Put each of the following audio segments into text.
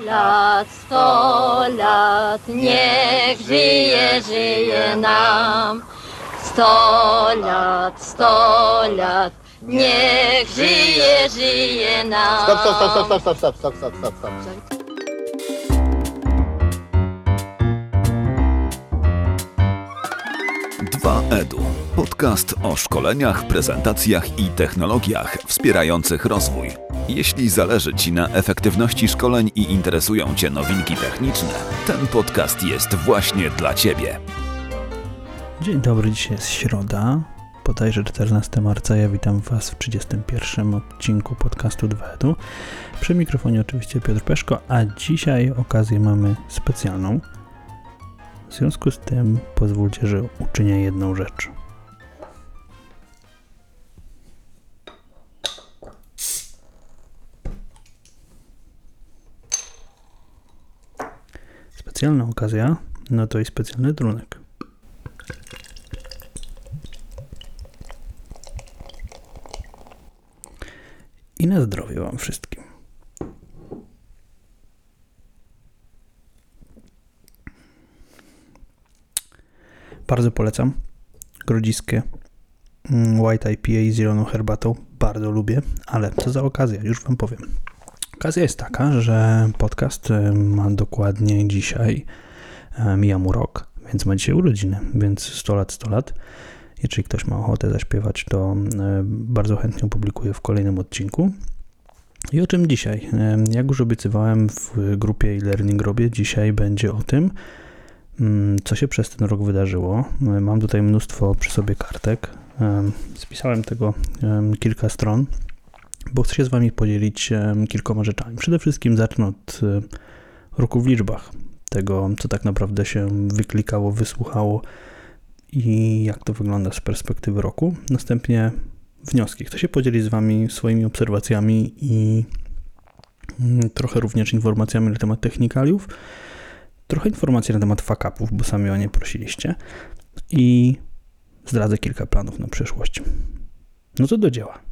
100 lat, niech żyje, żyje nam. 100 lat, niech żyje, żyje nam. Stop. Edu. Podcast o szkoleniach, prezentacjach i technologiach wspierających rozwój. Jeśli zależy Ci na efektywności szkoleń i interesują Cię nowinki techniczne, ten podcast jest właśnie dla Ciebie. Dzień dobry, dzisiaj jest środa, bodajże 14 marca. Ja witam Was w 31 odcinku podcastu 2Edu. Przy mikrofonie oczywiście Piotr Peszko, a dzisiaj okazję mamy specjalną. W związku z tym pozwólcie, że uczynię jedną rzecz. Specjalna okazja, no to i specjalny trunek. I na zdrowie Wam wszystkim. Bardzo polecam. Grodziskie White IPA z zieloną herbatą. Bardzo lubię, ale co za okazja, już Wam powiem. Okazja jest taka, że podcast ma dokładnie dzisiaj, mija mu rok, więc ma dzisiaj urodziny, więc 100 lat. Jeżeli ktoś ma ochotę zaśpiewać, to bardzo chętnie opublikuję w kolejnym odcinku. I o czym dzisiaj? Jak już obiecywałem w grupie e-learning robię, dzisiaj będzie o tym, co się przez ten rok wydarzyło. Mam tutaj mnóstwo przy sobie kartek. Spisałem tego kilka stron, bo chcę się z Wami podzielić kilkoma rzeczami. Przede wszystkim zacznę od roku w liczbach. Tego, co tak naprawdę się wyklikało, wysłuchało i jak to wygląda z perspektywy roku. Następnie wnioski. Chcę się podzielić z Wami swoimi obserwacjami i trochę również informacjami na temat technikaliów. Trochę informacji na temat fuck-upów, bo sami o nie prosiliście. I zdradzę kilka planów na przyszłość. No to do dzieła.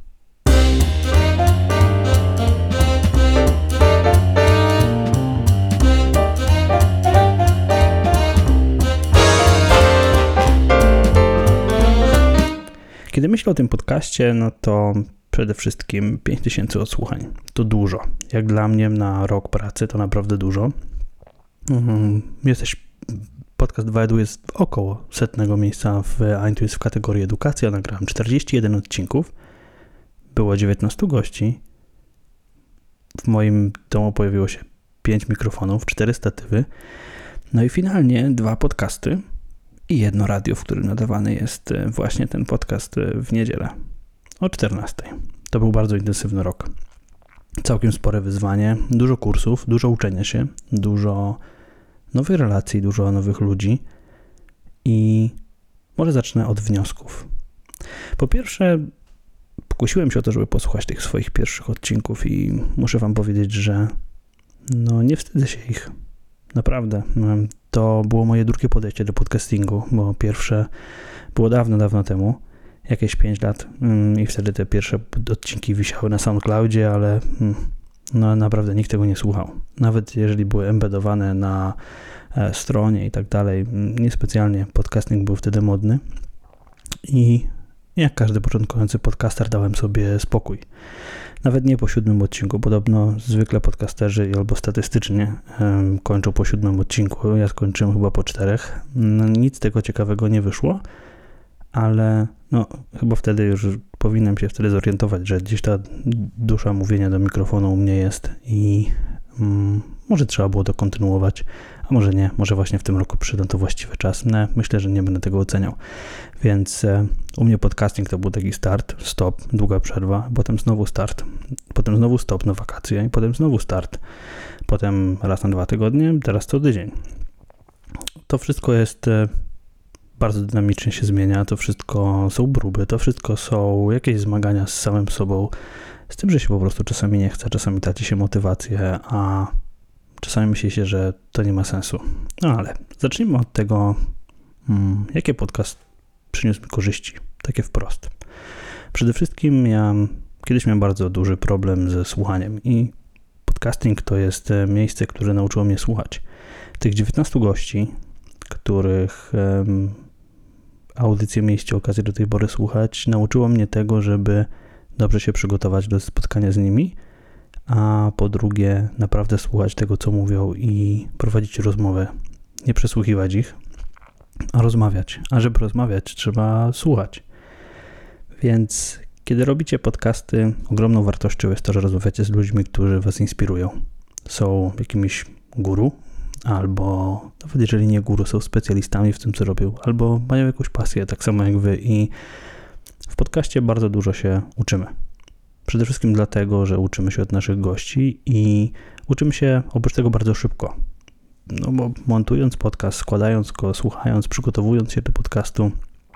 Kiedy myślę o tym podcaście, no to przede wszystkim 5000 odsłuchań. To dużo. Jak dla mnie na rok pracy to naprawdę dużo. Podcast 2Edu jest około 100 miejsca w iTunes w kategorii edukacja. Nagrałem 41 odcinków. Było 19 gości. W moim domu pojawiło się 5 mikrofonów, 4 statywy. No i finalnie 2 podcasty i 1 radio, w którym nadawany jest właśnie ten podcast w niedzielę o 14. To był bardzo intensywny rok. Całkiem spore wyzwanie, dużo kursów, dużo uczenia się, dużo nowych relacji, dużo nowych ludzi i może zacznę od wniosków. Po pierwsze, pokusiłem się o to, żeby posłuchać tych swoich pierwszych odcinków i muszę Wam powiedzieć, że no nie wstydzę się ich. Naprawdę. To było moje drugie podejście do podcastingu, bo pierwsze było dawno temu, jakieś 5 lat i wtedy te pierwsze odcinki wisiały na SoundCloudzie, ale no naprawdę nikt tego nie słuchał. Nawet jeżeli były embedowane na stronie i tak dalej, niespecjalnie podcasting był wtedy modny i jak każdy początkujący podcaster dałem sobie spokój. Nawet nie po 7 odcinku. Podobno zwykle podcasterzy albo statystycznie kończą po 7 odcinku. Ja skończyłem chyba po 4. No, nic z tego ciekawego nie wyszło, ale no chyba wtedy już powinienem się wtedy zorientować, że gdzieś ta dusza mówienia do mikrofonu u mnie jest i może trzeba było to kontynuować, a może nie, może właśnie w tym roku przyszedł to właściwy czas. No, myślę, że nie będę tego oceniał. Więc u mnie podcasting to był taki start, stop, długa przerwa, potem znowu start, potem znowu stop na wakacje i potem znowu start, potem raz na 2 tygodnie, teraz co tydzień. To wszystko jest bardzo dynamicznie się zmienia, to wszystko są próby, to wszystko są jakieś zmagania z samym sobą, z tym, że się po prostu czasami nie chce, czasami traci się motywację, a czasami myśli się, że to nie ma sensu. No ale zacznijmy od tego, jakie podcast przyniósł mi korzyści, takie wprost. Przede wszystkim ja kiedyś miałem bardzo duży problem ze słuchaniem i Podcasting to jest miejsce, które nauczyło mnie słuchać. Tych 19 gości, których audycje mieliście okazję do tej pory słuchać, nauczyło mnie tego, żeby dobrze się przygotować do spotkania z nimi, a po drugie naprawdę słuchać tego, co mówią i prowadzić rozmowę. Nie przesłuchiwać ich, a rozmawiać. A żeby rozmawiać, trzeba słuchać. Więc kiedy robicie podcasty, ogromną wartością jest to, że rozmawiacie z ludźmi, którzy was inspirują. Są jakimiś guru, albo nawet jeżeli nie guru, są specjalistami w tym, co robią, albo mają jakąś pasję, tak samo jak wy, i w podcaście bardzo dużo się uczymy. Przede wszystkim dlatego, że uczymy się od naszych gości i uczymy się oprócz tego bardzo szybko. No bo montując podcast, składając go, słuchając, przygotowując się do podcastu,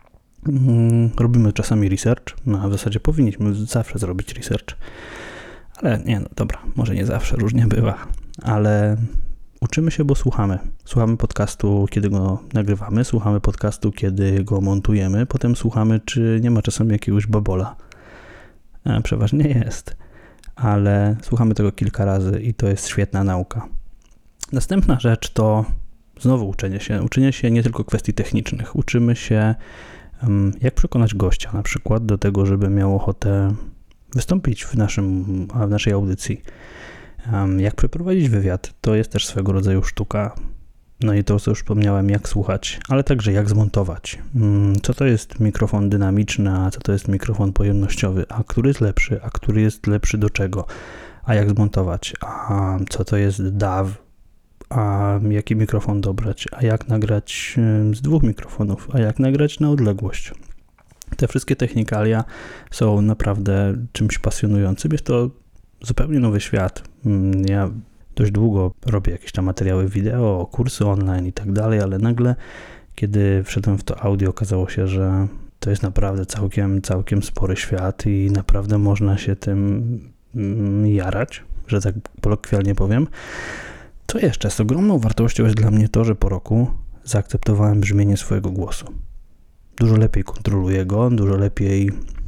robimy czasami research. No, w zasadzie powinniśmy zawsze zrobić research. Ale nie, no dobra, może nie zawsze, różnie bywa. Ale uczymy się, bo słuchamy. Słuchamy podcastu, kiedy go nagrywamy, słuchamy podcastu, kiedy go montujemy, potem słuchamy, czy nie ma czasami jakiegoś babola. Przeważnie jest, ale słuchamy tego kilka razy i to jest świetna nauka. Następna rzecz to znowu uczenie się. Uczenie się nie tylko kwestii technicznych. Uczymy się, jak przekonać gościa na przykład do tego, żeby miał ochotę wystąpić w naszej audycji. Jak przeprowadzić wywiad. To jest też swego rodzaju sztuka. No i to, co już wspomniałem, jak słuchać, ale także jak zmontować. Co to jest mikrofon dynamiczny, a co to jest mikrofon pojemnościowy, a który jest lepszy, a który jest lepszy do czego, a jak zmontować, a co to jest DAW, a jaki mikrofon dobrać, a jak nagrać z 2 mikrofonów, a jak nagrać na odległość. Te wszystkie technikalia są naprawdę czymś pasjonującym. Jest to zupełnie nowy świat. Ja dość długo robię jakieś tam materiały wideo, kursy online i tak dalej, ale nagle, kiedy wszedłem w to audio, okazało się, że to jest naprawdę całkiem spory świat i naprawdę można się tym jarać, że tak kolokwialnie powiem. Co jeszcze? Z ogromną wartością jest dla mnie to, że po roku zaakceptowałem brzmienie swojego głosu. Dużo lepiej kontroluję go, dużo lepiej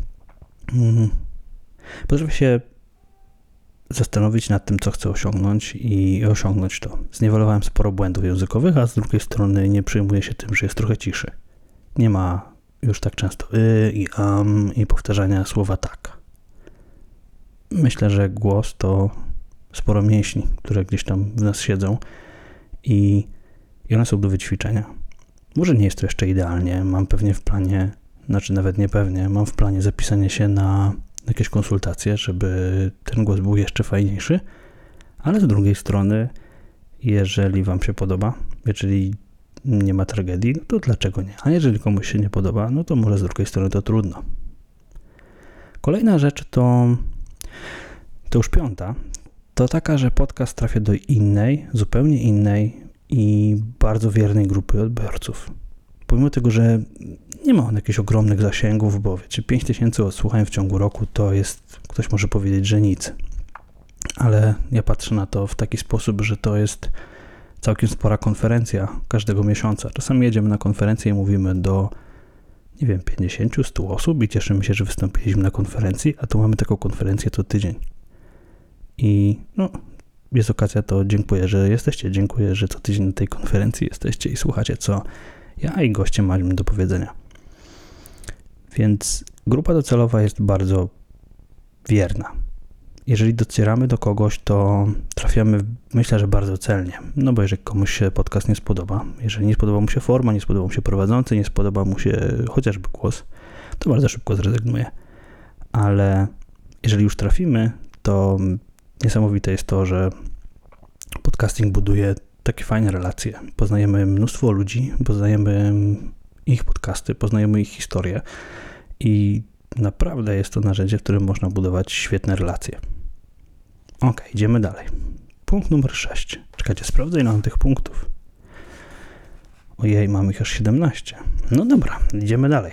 potrafię się zastanowić nad tym, co chcę osiągnąć i osiągnąć to. Zniwelowałem sporo błędów językowych, a z drugiej strony nie przejmuję się tym, że jest trochę ciszy. Nie ma już tak często i powtarzania słowa tak. Myślę, że głos to sporo mięśni, które gdzieś tam w nas siedzą i one są do wyćwiczenia. Może nie jest to jeszcze idealnie, mam pewnie w planie, nawet nie pewnie, mam w planie zapisanie się na jakieś konsultacje, żeby ten głos był jeszcze fajniejszy, ale z drugiej strony, jeżeli wam się podoba, jeżeli nie ma tragedii, no to dlaczego nie? A jeżeli komuś się nie podoba, no to może z drugiej strony to trudno. Kolejna rzecz to już 5, to taka, że podcast trafia do innej, zupełnie innej i bardzo wiernej grupy odbiorców. Pomimo tego, że nie ma on jakichś ogromnych zasięgów, bo wiecie, 5000 odsłuchań w ciągu roku to jest, ktoś może powiedzieć, że nic. Ale ja patrzę na to w taki sposób, że to jest całkiem spora konferencja każdego miesiąca. Czasami jedziemy na konferencję i mówimy do, 50, 100 osób i cieszymy się, że wystąpiliśmy na konferencji, a tu mamy taką konferencję co tydzień. I jest okazja, to dziękuję, że jesteście. Dziękuję, że co tydzień na tej konferencji jesteście i słuchacie, co ja i goście mamy do powiedzenia. Więc grupa docelowa jest bardzo wierna. Jeżeli docieramy do kogoś, to trafiamy, myślę, że bardzo celnie. No bo jeżeli komuś się podcast nie spodoba, jeżeli nie spodoba mu się forma, nie spodoba mu się prowadzący, nie spodoba mu się chociażby głos, to bardzo szybko zrezygnuje. Ale jeżeli już trafimy, to niesamowite jest to, że podcasting buduje takie fajne relacje. Poznajemy mnóstwo ludzi, poznajemy ich podcasty, poznajemy ich historię i naprawdę jest to narzędzie, w którym można budować świetne relacje. Ok, idziemy dalej. Punkt numer 6. Czekajcie, sprawdzę, ile mam tych punktów. Ojej, mam ich aż 17. No dobra, idziemy dalej.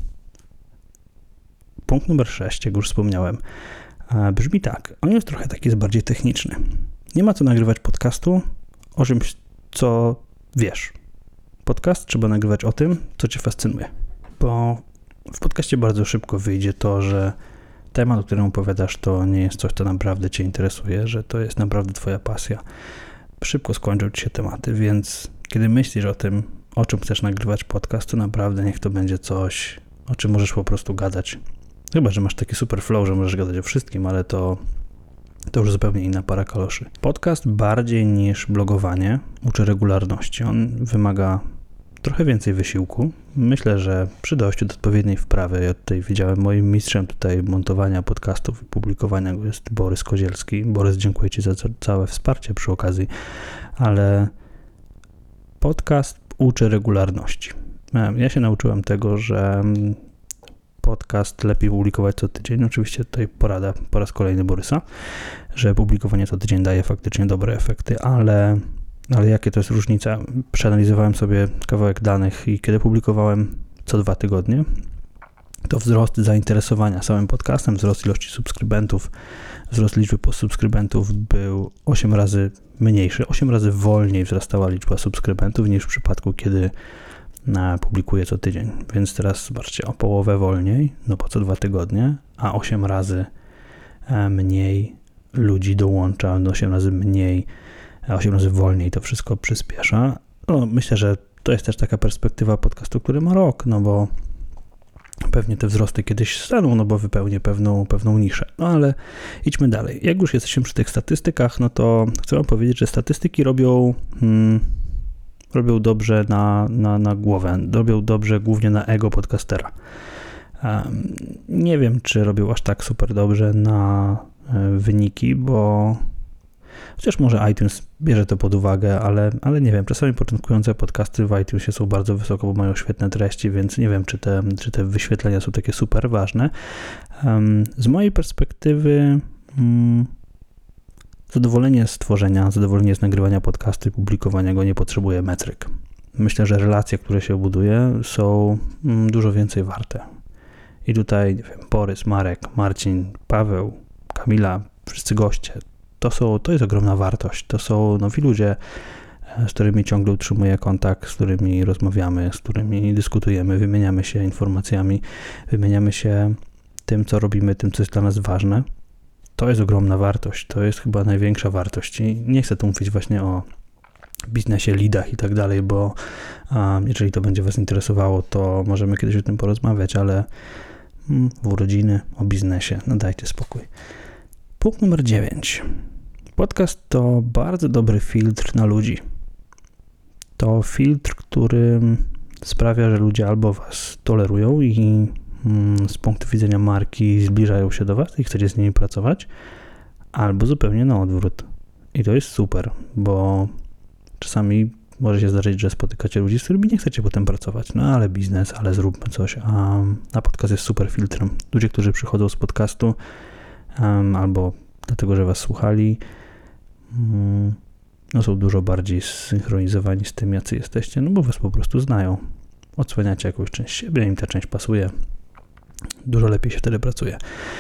Punkt numer 6, jak już wspomniałem, brzmi tak. On jest trochę taki, jest bardziej techniczny. Nie ma co nagrywać podcastu o czymś, co wiesz. Podcast trzeba nagrywać o tym, co cię fascynuje. Bo w podcaście bardzo szybko wyjdzie to, że temat, o którym opowiadasz, to nie jest coś, co naprawdę cię interesuje, że to jest naprawdę twoja pasja, szybko skończą ci się tematy, więc kiedy myślisz o tym, o czym chcesz nagrywać podcast, to naprawdę niech to będzie coś, o czym możesz po prostu gadać. Chyba że masz taki super flow, że możesz gadać o wszystkim, ale to już zupełnie inna para kaloszy. Podcast bardziej niż blogowanie uczy regularności. On wymaga trochę więcej wysiłku. Myślę, że przy dojściu do odpowiedniej wprawy, ja tutaj widziałem, moim mistrzem tutaj montowania podcastów i publikowania go jest Borys Kozielski. Borys, dziękuję ci za całe wsparcie przy okazji, ale podcast uczy regularności. Ja się nauczyłem tego, że podcast lepiej publikować co tydzień. Oczywiście tutaj porada po raz kolejny Borysa, że publikowanie co tydzień daje faktycznie dobre efekty, ale jakie to jest różnica? Przeanalizowałem sobie kawałek danych i kiedy publikowałem co 2 tygodnie, to wzrost zainteresowania samym podcastem, wzrost ilości subskrybentów, wzrost liczby subskrybentów był 8 razy mniejszy, 8 razy wolniej wzrastała liczba subskrybentów niż w przypadku, kiedy publikuję co tydzień. Więc teraz zobaczcie, o połowę wolniej, no po co 2 tygodnie, a 8 razy mniej ludzi dołącza, 8 razy mniej, 8 razy wolniej to wszystko przyspiesza. No, myślę, że to jest też taka perspektywa podcastu, który ma rok, no bo pewnie te wzrosty kiedyś staną, no bo wypełnię pewną niszę. No ale idźmy dalej. Jak już jesteśmy przy tych statystykach, no to chcę wam powiedzieć, że statystyki robią dobrze na głowę, robią dobrze głównie na ego podcastera. Nie wiem, czy robią aż tak super dobrze na wyniki, bo chociaż może iTunes bierze to pod uwagę, ale nie wiem, czasami początkujące podcasty w iTunesie są bardzo wysoko, bo mają świetne treści, więc nie wiem, czy te wyświetlenia są takie super ważne. Z mojej perspektywy zadowolenie z tworzenia, zadowolenie z nagrywania podcastu i publikowania go nie potrzebuje metryk. Myślę, że relacje, które się buduje, są dużo więcej warte. I tutaj, nie wiem, Borys, Marek, Marcin, Paweł, Kamila, wszyscy goście, to jest ogromna wartość. To są nowi ludzie, z którymi ciągle utrzymuję kontakt, z którymi rozmawiamy, z którymi dyskutujemy, wymieniamy się informacjami, wymieniamy się tym, co robimy, tym, co jest dla nas ważne. To jest ogromna wartość. To jest chyba największa wartość. I nie chcę tu mówić właśnie o biznesie, lidach i tak dalej, bo jeżeli to będzie was interesowało, to możemy kiedyś o tym porozmawiać, ale w urodziny, o biznesie, no dajcie spokój. Punkt numer 9. Podcast to bardzo dobry filtr na ludzi. To filtr, który sprawia, że ludzie albo was tolerują i z punktu widzenia marki zbliżają się do was i chcecie z nimi pracować, albo zupełnie na odwrót. I to jest super, bo czasami może się zdarzyć, że spotykacie ludzi, z którymi nie chcecie potem pracować. No ale biznes, ale zróbmy coś, a podcast jest super filtrem. Ludzie, którzy przychodzą z podcastu albo dlatego, że was słuchali, no są dużo bardziej zsynchronizowani z tym, jacy jesteście, no bo was po prostu znają. Odsłaniacie jakąś część siebie, im ta część pasuje. Dużo lepiej się wtedy pracuje.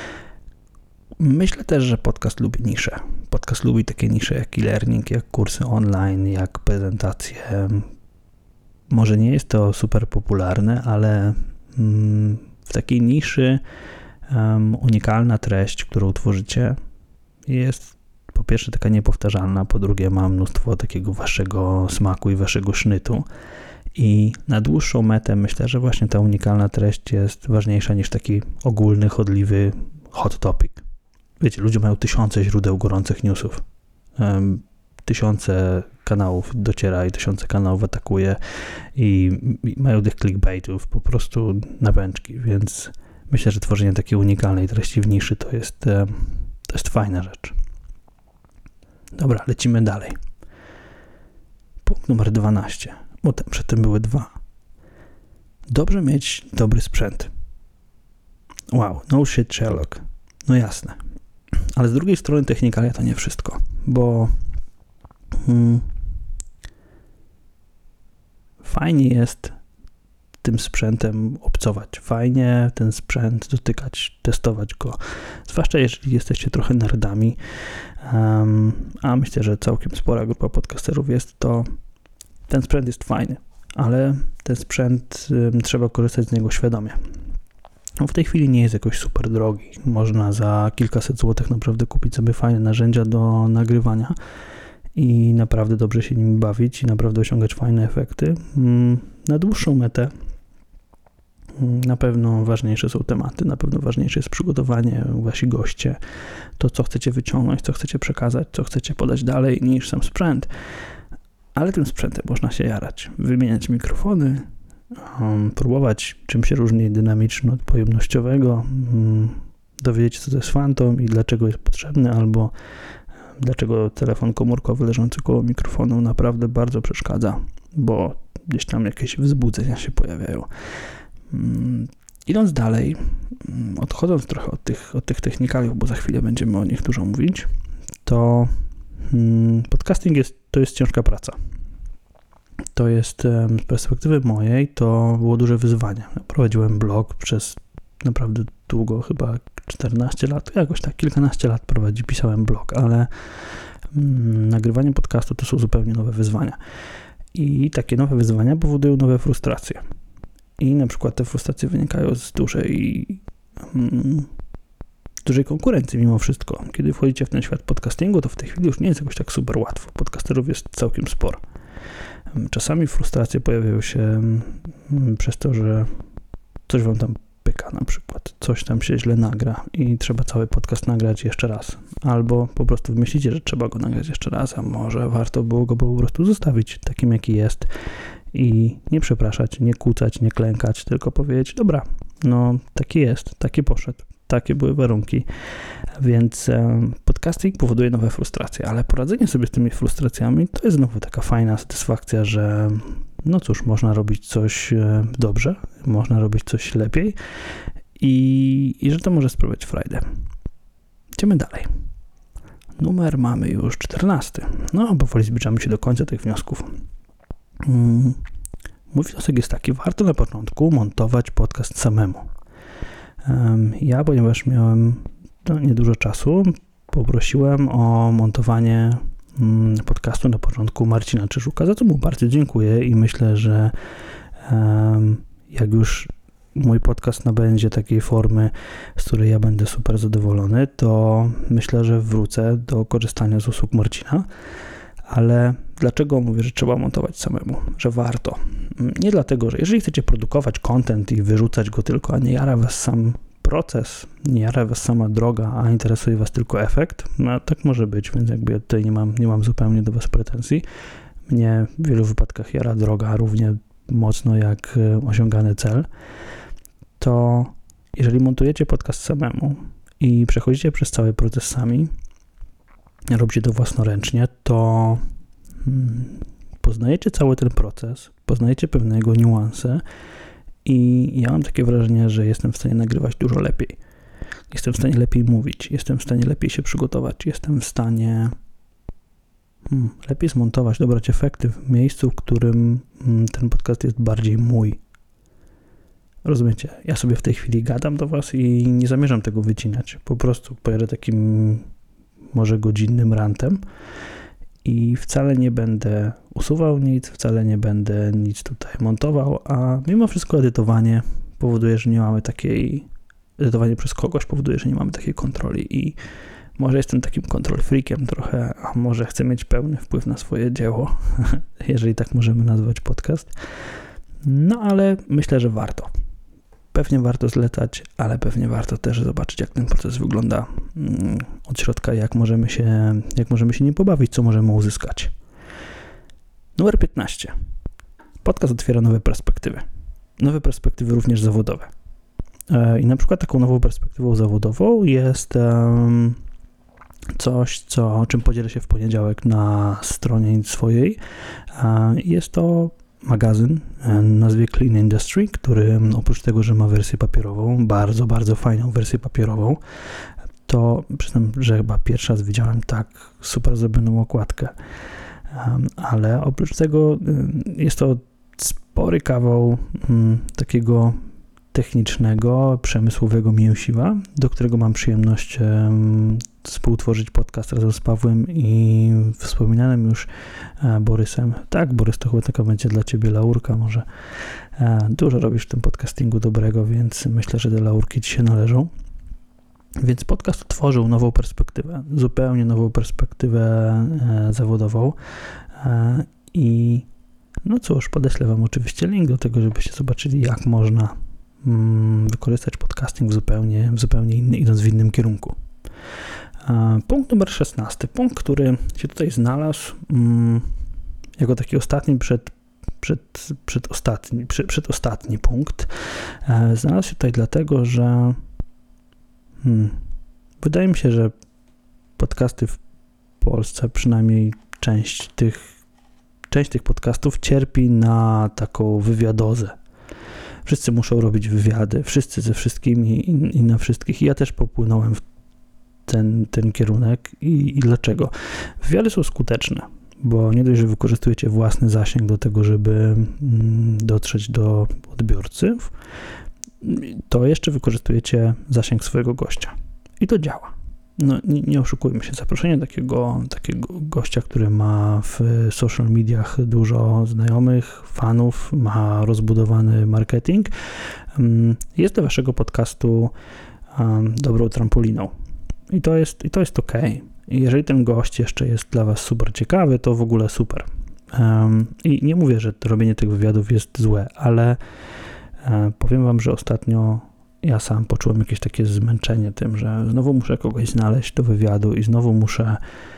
Myślę też, że podcast lubi nisze. Podcast lubi takie nisze jak e-learning, jak kursy online, jak prezentacje. Może nie jest to super popularne, ale w takiej niszy unikalna treść, którą tworzycie, jest po pierwsze taka niepowtarzalna, po drugie ma mnóstwo takiego waszego smaku i waszego sznytu. I na dłuższą metę myślę, że właśnie ta unikalna treść jest ważniejsza niż taki ogólny, chodliwy hot topic. Wiecie, ludzie mają tysiące źródeł gorących newsów. Tysiące kanałów dociera i tysiące kanałów atakuje i mają tych clickbaitów po prostu na pęczki, więc myślę, że tworzenie takiej unikalnej treści w niszy to jest fajna rzecz. Dobra, lecimy dalej. Punkt numer 12. Bo przed tym były 2. Dobrze mieć dobry sprzęt. Wow, no shit Sherlock. No jasne. Ale z drugiej strony technikalia to nie wszystko, bo fajnie jest tym sprzętem obcować. Fajnie ten sprzęt dotykać, testować go. Zwłaszcza jeżeli jesteście trochę nerdami, a myślę, że całkiem spora grupa podcasterów jest, to ten sprzęt jest fajny, ale ten sprzęt trzeba korzystać z niego świadomie. w tej chwili nie jest jakoś super drogi. Można za kilkaset złotych naprawdę kupić sobie fajne narzędzia do nagrywania i naprawdę dobrze się nimi bawić i naprawdę osiągać fajne efekty. Na dłuższą metę na pewno ważniejsze są tematy, na pewno ważniejsze jest przygotowanie, wasi goście, to co chcecie wyciągnąć, co chcecie przekazać, co chcecie podać dalej niż sam sprzęt. Ale tym sprzętem można się jarać, wymieniać mikrofony, próbować czym się różni dynamiczny od pojemnościowego, dowiedzieć się co to jest Phantom i dlaczego jest potrzebny, albo dlaczego telefon komórkowy leżący koło mikrofonu naprawdę bardzo przeszkadza, bo gdzieś tam jakieś wzbudzenia się pojawiają. Idąc dalej, odchodząc trochę od tych technikaliów, bo za chwilę będziemy o nich dużo mówić, to podcasting to jest ciężka praca. To jest z perspektywy mojej to było duże wyzwanie. Prowadziłem blog przez naprawdę długo, chyba 14 lat, jakoś tak kilkanaście lat pisałem blog, ale nagrywanie podcastu to są zupełnie nowe wyzwania. I takie nowe wyzwania powodują nowe frustracje. I na przykład te frustracje wynikają z dużej konkurencji mimo wszystko. Kiedy wchodzicie w ten świat podcastingu, to w tej chwili już nie jest jakoś tak super łatwo. Podcasterów jest całkiem sporo. Czasami frustracje pojawiają się przez to, że coś wam tam pyka na przykład. Coś tam się źle nagra i trzeba cały podcast nagrać jeszcze raz. Albo po prostu myślicie, że trzeba go nagrać jeszcze raz, a może warto było go po prostu zostawić takim, jaki jest i nie przepraszać, nie kłócać, nie klękać, tylko powiedzieć, dobra, no taki jest, taki poszedł, takie były warunki. Więc podcasting powoduje nowe frustracje, ale poradzenie sobie z tymi frustracjami to jest znowu taka fajna satysfakcja, że no cóż, można robić coś dobrze, można robić coś lepiej i że to może sprawiać frajdę. Idziemy dalej. Numer mamy już 14. No, powoli zbliżamy się do końca tych wniosków. Mój wniosek jest taki, warto na początku montować podcast samemu. Ja, ponieważ miałem niedużo czasu, poprosiłem o montowanie podcastu na początku Marcina Czyżuka, za co mu bardzo dziękuję i myślę, że jak już mój podcast nabędzie takiej formy, z której ja będę super zadowolony, to myślę, że wrócę do korzystania z usług Marcina. Ale dlaczego mówię, że trzeba montować samemu? Że warto. Nie dlatego, że jeżeli chcecie produkować content i wyrzucać go tylko, a nie jara was sam proces, nie jara was sama droga, a interesuje was tylko efekt, no tak może być, więc jakby ja tutaj nie mam zupełnie do was pretensji. Mnie w wielu wypadkach jara droga równie mocno jak osiągany cel. To jeżeli montujecie podcast samemu i przechodzicie przez cały proces sami, robicie to własnoręcznie, to poznajecie cały ten proces, poznajecie pewne jego niuanse i ja mam takie wrażenie, że jestem w stanie nagrywać dużo lepiej. Jestem w stanie lepiej mówić, jestem w stanie lepiej się przygotować, jestem w stanie lepiej zmontować, dobrać efekty w miejscu, w którym ten podcast jest bardziej mój. Rozumiecie? Ja sobie w tej chwili gadam do was i nie zamierzam tego wycinać. Po prostu pojadę takim może godzinnym rantem i wcale nie będę usuwał nic, wcale nie będę nic tutaj montował, a mimo wszystko edytowanie powoduje, że nie mamy edytowanie przez kogoś powoduje, że nie mamy takiej kontroli i może jestem takim control freakiem trochę, a może chcę mieć pełny wpływ na swoje dzieło, jeżeli tak możemy nazwać podcast. No ale myślę, że warto. Pewnie warto zlecać, ale pewnie warto też zobaczyć, jak ten proces wygląda od środka, jak możemy się nie pobawić, co możemy uzyskać. Numer 15. Podcast otwiera nowe perspektywy. Nowe perspektywy również zawodowe. I na przykład taką nową perspektywą zawodową jest coś, o czym podzielę się w poniedziałek na stronie swojej. Jest to magazyn o nazwie Clean Industry, który oprócz tego, że ma wersję papierową, bardzo, bardzo fajną wersję papierową, to przyznam, że chyba pierwszy raz widziałem tak super zrobioną okładkę. Ale oprócz tego jest to spory kawał takiego technicznego, przemysłowego mięsiwa, do którego mam przyjemność współtworzyć podcast razem z Pawłem i wspominanym już Borysem. Tak, Borys, to chyba taka będzie dla ciebie laurka, może dużo robisz w tym podcastingu dobrego, więc myślę, że te laurki ci się należą. Więc podcast otworzył nową perspektywę, zupełnie nową perspektywę zawodową i no cóż, podeślę wam oczywiście link do tego, żebyście zobaczyli, jak można wykorzystać podcasting w zupełnie inny, idąc w innym kierunku. Punkt numer 16. Punkt, który się tutaj znalazł jako taki ostatni przedostatni punkt. Znalazł się tutaj dlatego, że wydaje mi się, że podcasty w Polsce, przynajmniej część tych podcastów cierpi na taką wywiadozę. Wszyscy muszą robić wywiady, wszyscy ze wszystkimi i na wszystkich. I ja też popłynąłem w ten kierunek. I dlaczego? Wywiady są skuteczne, bo nie dość, że wykorzystujecie własny zasięg do tego, żeby dotrzeć do odbiorców, to jeszcze wykorzystujecie zasięg swojego gościa. I to działa. No, nie oszukujmy się, zaproszenie takiego gościa, który ma w social mediach dużo znajomych, fanów, ma rozbudowany marketing, jest do waszego podcastu dobrą trampoliną. I to jest okej. I jeżeli ten gość jeszcze jest dla was super ciekawy, to w ogóle super. I nie mówię, że robienie tych wywiadów jest złe, ale powiem wam, że ostatnio ja sam poczułem jakieś takie zmęczenie tym, że znowu muszę kogoś znaleźć do wywiadu i znowu muszę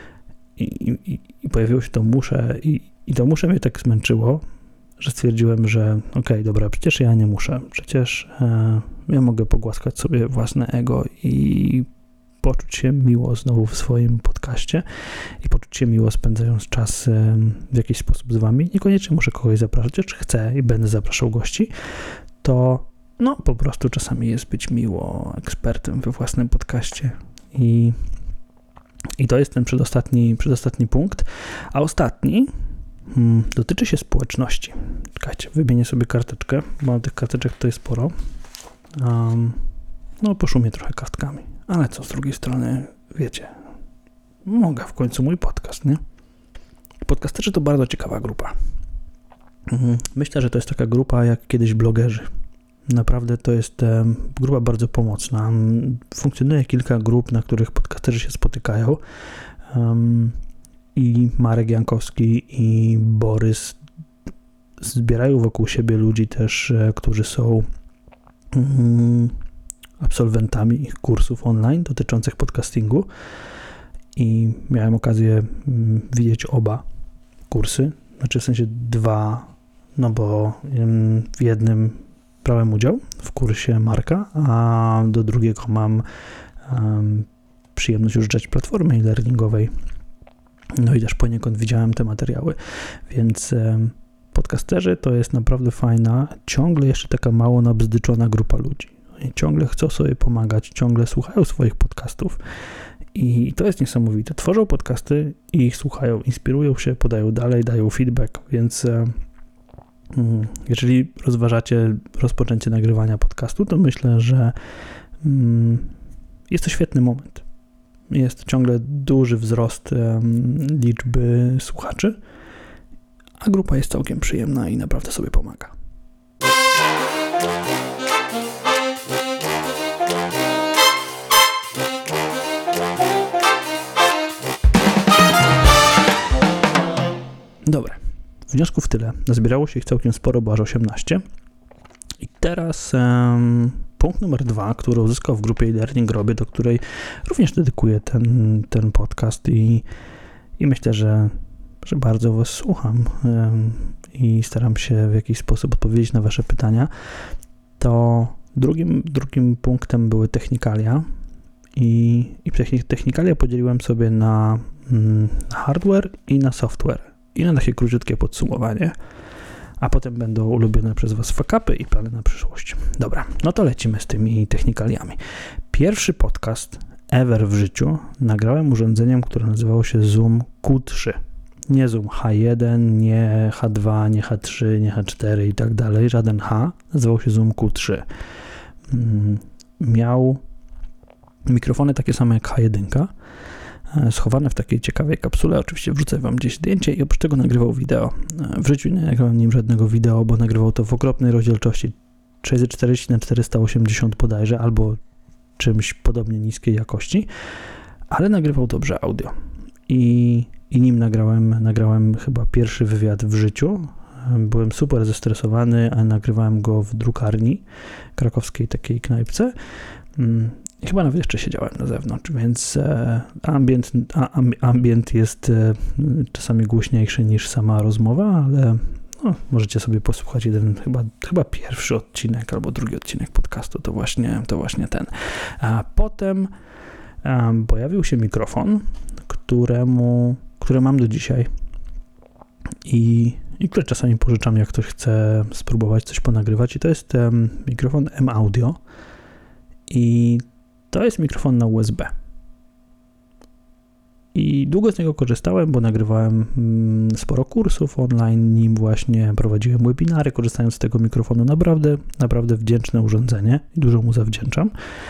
i pojawiło się to muszę i to muszę mnie tak zmęczyło, że stwierdziłem, że okej, dobra, przecież ja nie muszę, przecież ja mogę pogłaskać sobie własne ego i poczuć się miło znowu w swoim podcaście i poczuć się miło spędzając czas w jakiś sposób z wami. Niekoniecznie muszę kogoś zapraszać, lecz chcę i będę zapraszał gości, to no po prostu czasami jest być miło ekspertem we własnym podcaście i to jest ten przedostatni punkt, a ostatni dotyczy się społeczności. Czekajcie, wymienię sobie karteczkę, bo mam tych karteczek tutaj sporo. No poszumię trochę kartkami, ale co z drugiej strony, wiecie, mogę w końcu mój podcast, nie? Podcasterzy to bardzo ciekawa grupa. Myślę, że to jest taka grupa jak kiedyś blogerzy. Naprawdę to jest grupa bardzo pomocna. Funkcjonuje kilka grup, na których podcasterzy się spotykają. I Marek Jankowski i Borys zbierają wokół siebie ludzi też, którzy są absolwentami ich kursów online dotyczących podcastingu. I miałem okazję widzieć oba kursy, znaczy w sensie dwa, no bo w jednym brałem udział w kursie Marka, a do drugiego mam przyjemność używać platformy e-learningowej. No i też poniekąd widziałem te materiały, więc podcasterzy to jest naprawdę fajna, ciągle jeszcze taka mało nabzdyczona grupa ludzi. Oni ciągle chcą sobie pomagać, ciągle słuchają swoich podcastów i to jest niesamowite. Tworzą podcasty i ich słuchają, inspirują się, podają dalej, dają feedback, więc jeżeli rozważacie rozpoczęcie nagrywania podcastu, to myślę, że jest to świetny moment. Jest ciągle duży wzrost liczby słuchaczy, a grupa jest całkiem przyjemna i naprawdę sobie pomaga. Dobra. Wniosków tyle. Nazbierało się ich całkiem sporo, bo aż 18. I teraz punkt numer 2, który uzyskał w grupie e-learning robię, do której również dedykuję ten podcast i myślę, że bardzo was słucham i staram się w jakiś sposób odpowiedzieć na wasze pytania. To drugim punktem były technikalia i technikalia podzieliłem sobie na hardware i na software. I na takie króciutkie podsumowanie, a potem będą ulubione przez was fuck-upy i plany na przyszłość. Dobra, no to lecimy z tymi technikaliami. Pierwszy podcast ever w życiu nagrałem urządzeniem, które nazywało się Zoom Q3. Nie Zoom H1, nie H2, nie H3, nie H4 i tak dalej, żaden H. Nazywał się Zoom Q3. Miał Mikrofony takie same jak H1, schowane w takiej ciekawej kapsule. Oczywiście wrzucę wam gdzieś zdjęcie i oprócz tego nagrywał wideo. W życiu nie nagrałem nim żadnego wideo, bo nagrywał to w okropnej rozdzielczości 640x480 bodajże, albo czymś podobnie niskiej jakości, ale nagrywał dobrze audio. I nim nagrałem chyba pierwszy wywiad w życiu. Byłem super zestresowany, a nagrywałem go w drukarni krakowskiej takiej knajpce. Chyba nawet jeszcze siedziałem na zewnątrz, więc ambient jest czasami głośniejszy niż sama rozmowa, ale możecie sobie posłuchać chyba pierwszy odcinek albo drugi odcinek podcastu, to właśnie ten. A potem pojawił się mikrofon, który mam do dzisiaj i które czasami pożyczam, jak ktoś chce spróbować coś ponagrywać, i to jest mikrofon M-Audio i to jest mikrofon na USB. I długo z niego korzystałem, bo nagrywałem sporo kursów online, nim właśnie prowadziłem webinary, korzystając z tego mikrofonu. Naprawdę wdzięczne urządzenie i dużo mu zawdzięczam.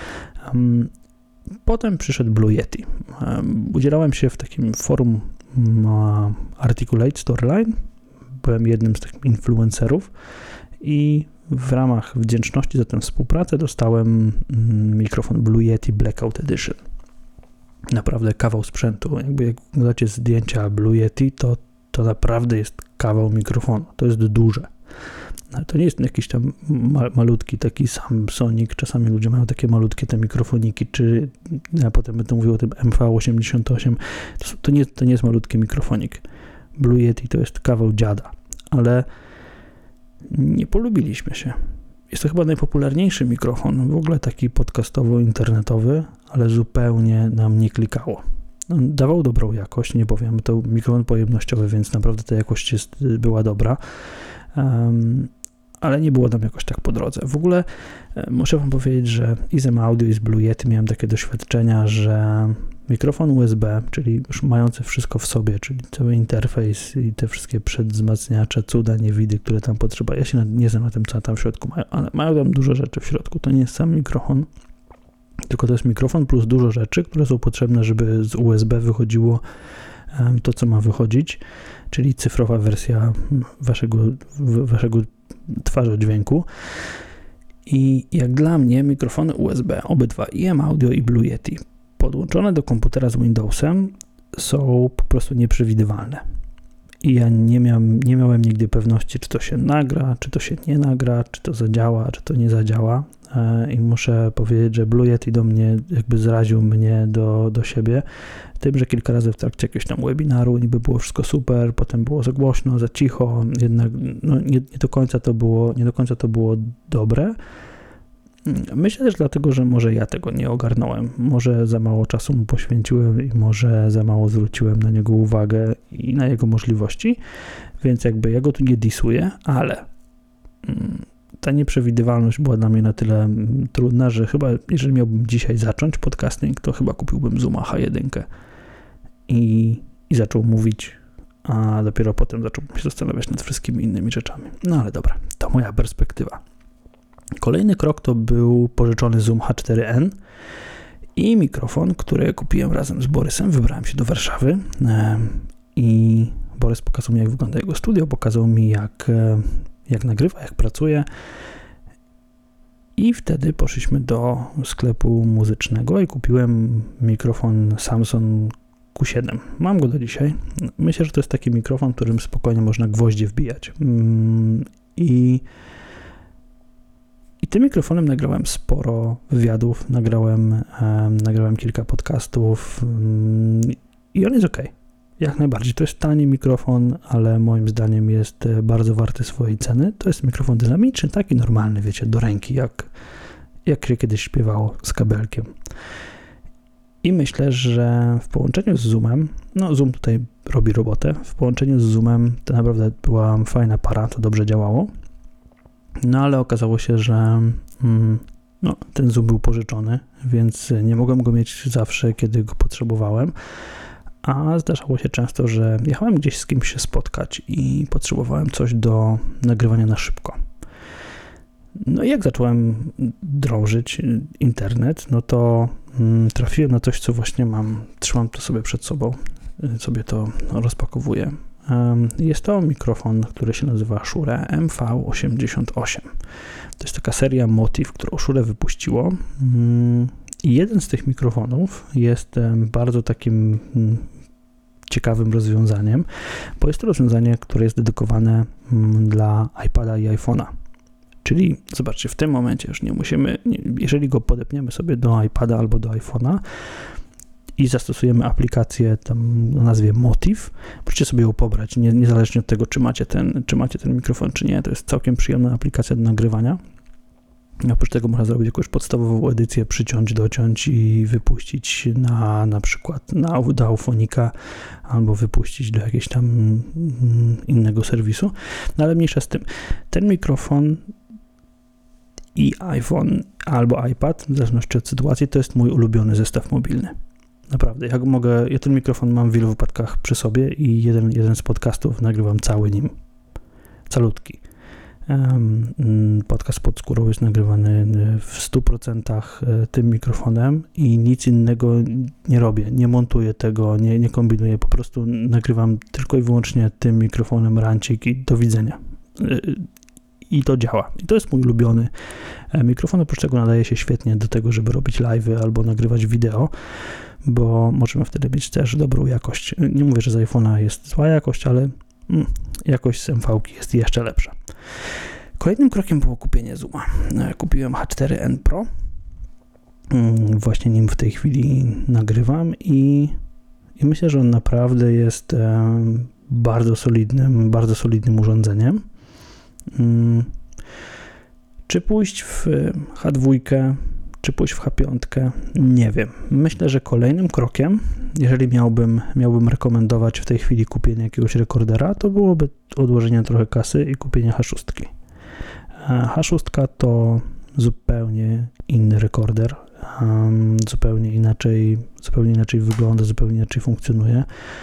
Potem przyszedł Blue Yeti. Udzielałem się w takim forum Articulate Storyline. Byłem jednym z takich influencerów i w ramach wdzięczności za tę współpracę dostałem mikrofon Blue Yeti Blackout Edition. Naprawdę kawał sprzętu. Jakby jak oglądacie zdjęcia Blue Yeti, to naprawdę jest kawał mikrofonu. To jest duże. Ale to nie jest jakiś tam malutki taki Samsonic. Czasami ludzie mają takie malutkie te mikrofoniki, czy ja potem będę mówił o tym MV88. To nie jest malutki mikrofonik. Blue Yeti to jest kawał dziada, ale nie polubiliśmy się. Jest to chyba najpopularniejszy mikrofon, w ogóle taki podcastowo-internetowy, ale zupełnie nam nie klikało. Dawał dobrą jakość, nie powiem, to mikrofon pojemnościowy, więc naprawdę ta jakość była dobra, ale nie było nam jakoś tak po drodze. W ogóle muszę wam powiedzieć, że i z M-Audio, i z Blue Yeti miałem takie doświadczenia, że mikrofon USB, czyli już mający wszystko w sobie, czyli cały interfejs i te wszystkie przedwzmacniacze, cuda, niewidy, które tam potrzeba. Ja się nie znam na tym, co tam w środku mają, ale mają tam dużo rzeczy w środku. To nie jest sam mikrofon, tylko to jest mikrofon plus dużo rzeczy, które są potrzebne, żeby z USB wychodziło to, co ma wychodzić, czyli cyfrowa wersja waszego twarzodźwięku. I jak dla mnie mikrofony USB, obydwa, i M-Audio, i Blue Yeti, podłączone do komputera z Windowsem, są po prostu nieprzewidywalne. I ja nie miałem nigdy pewności, czy to się nagra, czy to się nie nagra, czy to zadziała, czy to nie zadziała. I muszę powiedzieć, że Blue Yeti do mnie jakby zraził mnie do siebie tym, że kilka razy w trakcie jakiegoś tam webinaru niby było wszystko super, potem było za głośno, za cicho, jednak nie do końca to było dobre. Myślę też dlatego, że może ja tego nie ogarnąłem, może za mało czasu mu poświęciłem i może za mało zwróciłem na niego uwagę i na jego możliwości, więc jakby ja go tu nie disuję, ale ta nieprzewidywalność była dla mnie na tyle trudna, że chyba jeżeli miałbym dzisiaj zacząć podcasting, to chyba kupiłbym Zooma H1 i zaczął mówić, a dopiero potem zacząłbym się zastanawiać nad wszystkimi innymi rzeczami. No ale dobra, to moja perspektywa. Kolejny krok to był pożyczony Zoom H4n i mikrofon, który kupiłem razem z Borysem. Wybrałem się do Warszawy i Borys pokazał mi, jak wygląda jego studio, pokazał mi, jak nagrywa, jak pracuje. I wtedy poszliśmy do sklepu muzycznego i kupiłem mikrofon Samson Q7. Mam go do dzisiaj. Myślę, że to jest taki mikrofon, którym spokojnie można gwoździe wbijać. I tym mikrofonem nagrałem sporo wywiadów, nagrałem kilka podcastów i on jest ok. Jak najbardziej. To jest tani mikrofon, ale moim zdaniem jest bardzo warty swojej ceny. To jest mikrofon dynamiczny, taki normalny, wiecie, do ręki, jak się kiedyś śpiewało z kabelkiem. I myślę, że w połączeniu z Zoomem, Zoom tutaj robi robotę, w połączeniu z Zoomem to naprawdę była fajna para, to dobrze działało. No ale okazało się, że ten Zoom był pożyczony, więc nie mogłem go mieć zawsze, kiedy go potrzebowałem. A zdarzało się często, że jechałem gdzieś z kimś się spotkać i potrzebowałem coś do nagrywania na szybko. No i jak zacząłem drążyć internet, no to trafiłem na coś, co właśnie trzymam to sobie przed sobą, sobie to rozpakowuję. Jest to mikrofon, który się nazywa Shure MV88. To jest taka seria Motiv, którą Shure wypuściło. I jeden z tych mikrofonów jest bardzo takim ciekawym rozwiązaniem, bo jest to rozwiązanie, które jest dedykowane dla iPada i iPhone'a. Czyli zobaczcie, w tym momencie już nie musimy, jeżeli go podepniemy sobie do iPada albo do iPhone'a i zastosujemy aplikację tam o nazwie Motiv, możecie sobie ją pobrać, niezależnie od tego, czy macie ten mikrofon, czy nie. To jest całkiem przyjemna aplikacja do nagrywania. Oprócz tego można zrobić jakąś podstawową edycję, przyciąć, dociąć i wypuścić na przykład do Aufonika albo wypuścić do jakiegoś tam innego serwisu. No ale mniejsza z tym. Ten mikrofon i iPhone albo iPad, w zależności od sytuacji, to jest mój ulubiony zestaw mobilny. Naprawdę, ja ten mikrofon mam w wielu wypadkach przy sobie i jeden z podcastów nagrywam cały nim. Calutki. Podcast Pod Skórą jest nagrywany w 100% tym mikrofonem i nic innego nie robię, nie montuję tego, nie kombinuję, po prostu nagrywam tylko i wyłącznie tym mikrofonem rancik i do widzenia. I to działa. I to jest mój ulubiony mikrofon, oprócz tego nadaje się świetnie do tego, żeby robić live'y albo nagrywać wideo, bo możemy wtedy mieć też dobrą jakość. Nie mówię, że z iPhone'a jest zła jakość, ale jakość z MV-ki jest jeszcze lepsza. Kolejnym krokiem było kupienie Zooma. Kupiłem H4n Pro. Właśnie nim w tej chwili nagrywam i myślę, że on naprawdę jest bardzo solidnym urządzeniem. Czy pójść w H2, czy pójść w H5? Nie wiem. Myślę, że kolejnym krokiem, jeżeli miałbym rekomendować w tej chwili kupienie jakiegoś rekordera, to byłoby odłożenie trochę kasy i kupienie H6. H6 to zupełnie inny rekorder, zupełnie inaczej wygląda, zupełnie inaczej funkcjonuje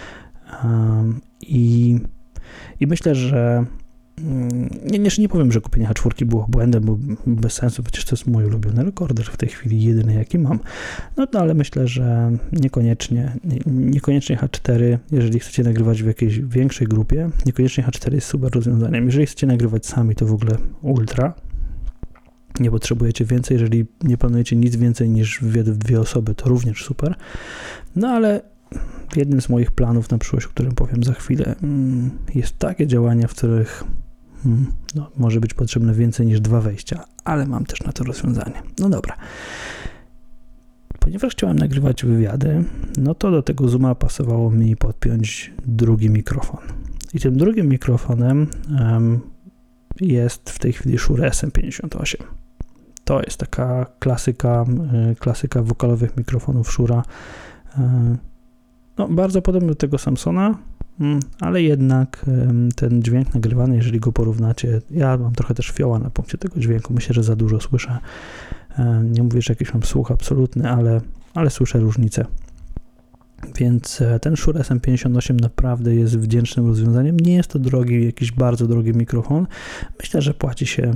i myślę, że nie powiem, że kupienie H4 było błędem, bo bez sensu, przecież to jest mój ulubiony rekorder w tej chwili, jedyny jaki mam. No ale myślę, że niekoniecznie H4, jeżeli chcecie nagrywać w jakiejś większej grupie, niekoniecznie H4 jest super rozwiązaniem. Jeżeli chcecie nagrywać sami, to w ogóle ultra. Nie potrzebujecie więcej, jeżeli nie planujecie nic więcej niż dwie osoby, to również super. No ale jednym z moich planów na przyszłość, o którym powiem za chwilę, jest takie działania, w których może być potrzebne więcej niż 2 wejścia, ale mam też na to rozwiązanie. No dobra. Ponieważ chciałem nagrywać wywiady, no to do tego Zooma pasowało mi podpiąć drugi mikrofon. I tym drugim mikrofonem jest w tej chwili Shure SM58. To jest taka klasyka wokalowych mikrofonów Shure'a. No, bardzo podobny do tego Samsona, ale jednak ten dźwięk nagrywany, jeżeli go porównacie, ja mam trochę też fioła na punkcie tego dźwięku, myślę, że za dużo słyszę. Nie mówię, że jakiś mam słuch absolutny, ale słyszę różnicę. Więc ten Shure SM58 naprawdę jest wdzięcznym rozwiązaniem. Nie jest to jakiś bardzo drogi mikrofon. Myślę, że płaci się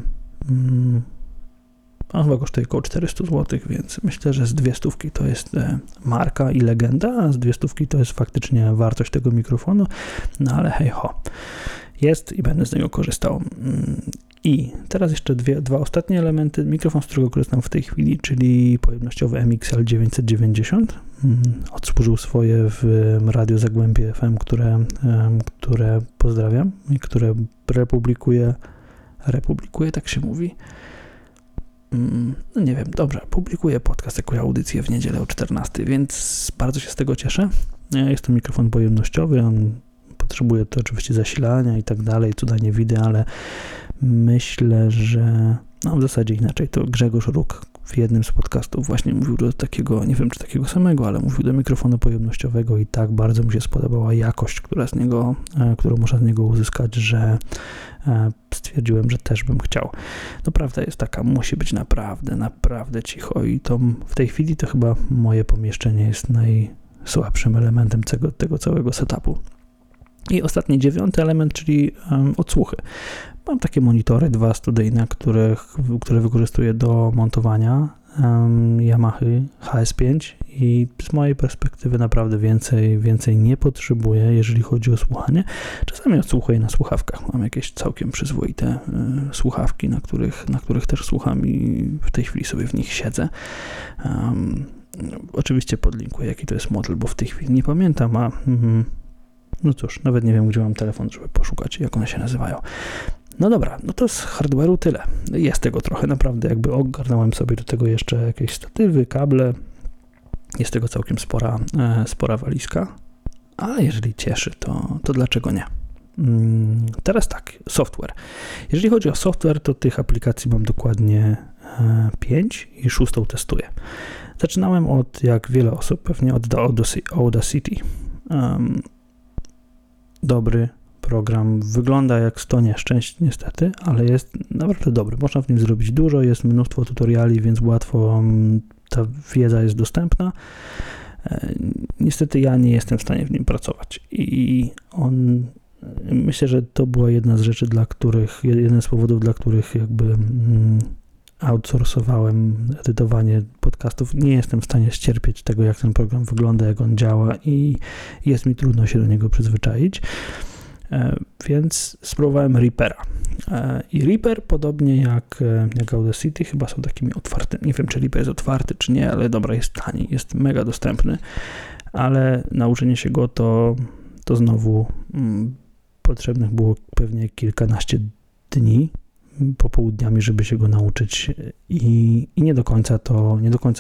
on chyba kosztuje około 400 zł, więc myślę, że z 200 to jest marka i legenda, a z 200 to jest faktycznie wartość tego mikrofonu, no ale hej ho, jest i będę z niego korzystał. I teraz jeszcze dwa ostatnie elementy. Mikrofon, z którego korzystam w tej chwili, czyli pojemnościowy MXL 990. Odsłużył swoje w Radio Zagłębie FM, które pozdrawiam i które republikuje, tak się mówi. No nie wiem, dobrze, publikuję podcast, jakąś audycję w niedzielę o 14, więc bardzo się z tego cieszę. Jest to mikrofon pojemnościowy, on potrzebuje to oczywiście zasilania i tak dalej, cuda nie widzę, ale myślę, że w zasadzie inaczej, to Grzegorz Róg w jednym z podcastów właśnie mówił do takiego, nie wiem czy takiego samego, ale mówił do mikrofonu pojemnościowego i tak bardzo mi się spodobała jakość, którą można z niego uzyskać, że stwierdziłem, że też bym chciał. No prawda jest taka, musi być naprawdę cicho i to w tej chwili to chyba moje pomieszczenie jest najsłabszym elementem tego całego setupu. I ostatni 9 element, czyli odsłuchy. Mam takie monitory, 2 studyjne, które wykorzystuję do montowania Yamaha HS5 i z mojej perspektywy naprawdę więcej nie potrzebuję, jeżeli chodzi o słuchanie. Czasami odsłuchuję na słuchawkach. Mam jakieś całkiem przyzwoite słuchawki, na których też słucham i w tej chwili sobie w nich siedzę. Oczywiście podlinkuję, jaki to jest model, bo w tej chwili nie pamiętam, no cóż, nawet nie wiem, gdzie mam telefon, żeby poszukać, jak one się nazywają. No dobra, no to z hardware'u tyle. Jest tego trochę, naprawdę, jakby ogarnąłem sobie do tego jeszcze jakieś statywy, kable. Jest tego całkiem spora walizka, ale jeżeli cieszy, to dlaczego nie? Teraz tak, software. Jeżeli chodzi o software, to tych aplikacji mam dokładnie 5 i 6 testuję. Zaczynałem od, jak wiele osób, pewnie od Audacity. Dobry program, wygląda jak 100 nieszczęść niestety, ale jest naprawdę dobry. Można w nim zrobić dużo, jest mnóstwo tutoriali, więc łatwo ta wiedza jest dostępna. Niestety ja nie jestem w stanie w nim pracować i myślę, że to była jeden z powodów, dla których jakby outsourcowałem edytowanie podcastów. Nie jestem w stanie ścierpieć tego, jak ten program wygląda, jak on działa i jest mi trudno się do niego przyzwyczaić. Więc spróbowałem Reapera. I Reaper, podobnie jak Audacity, chyba są takimi otwartymi. Nie wiem, czy Reaper jest otwarty, czy nie, ale dobra, jest tani, jest mega dostępny, ale nauczenie się go to znowu potrzebnych było pewnie kilkanaście dni popołudniami, żeby się go nauczyć i nie do końca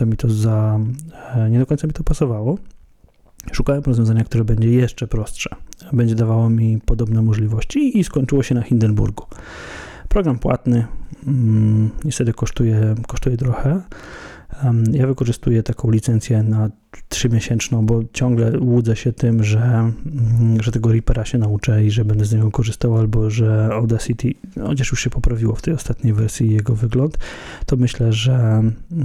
mi to pasowało. Szukałem rozwiązania, które będzie jeszcze prostsze, będzie dawało mi podobne możliwości i skończyło się na Hindenburgu. Program płatny, niestety kosztuje trochę. Ja wykorzystuję taką licencję na 3-miesięczną, bo ciągle łudzę się tym, że tego Reapera się nauczę i że będę z niego korzystał, albo że Audacity, chociaż już się poprawiło w tej ostatniej wersji jego wygląd, to myślę, że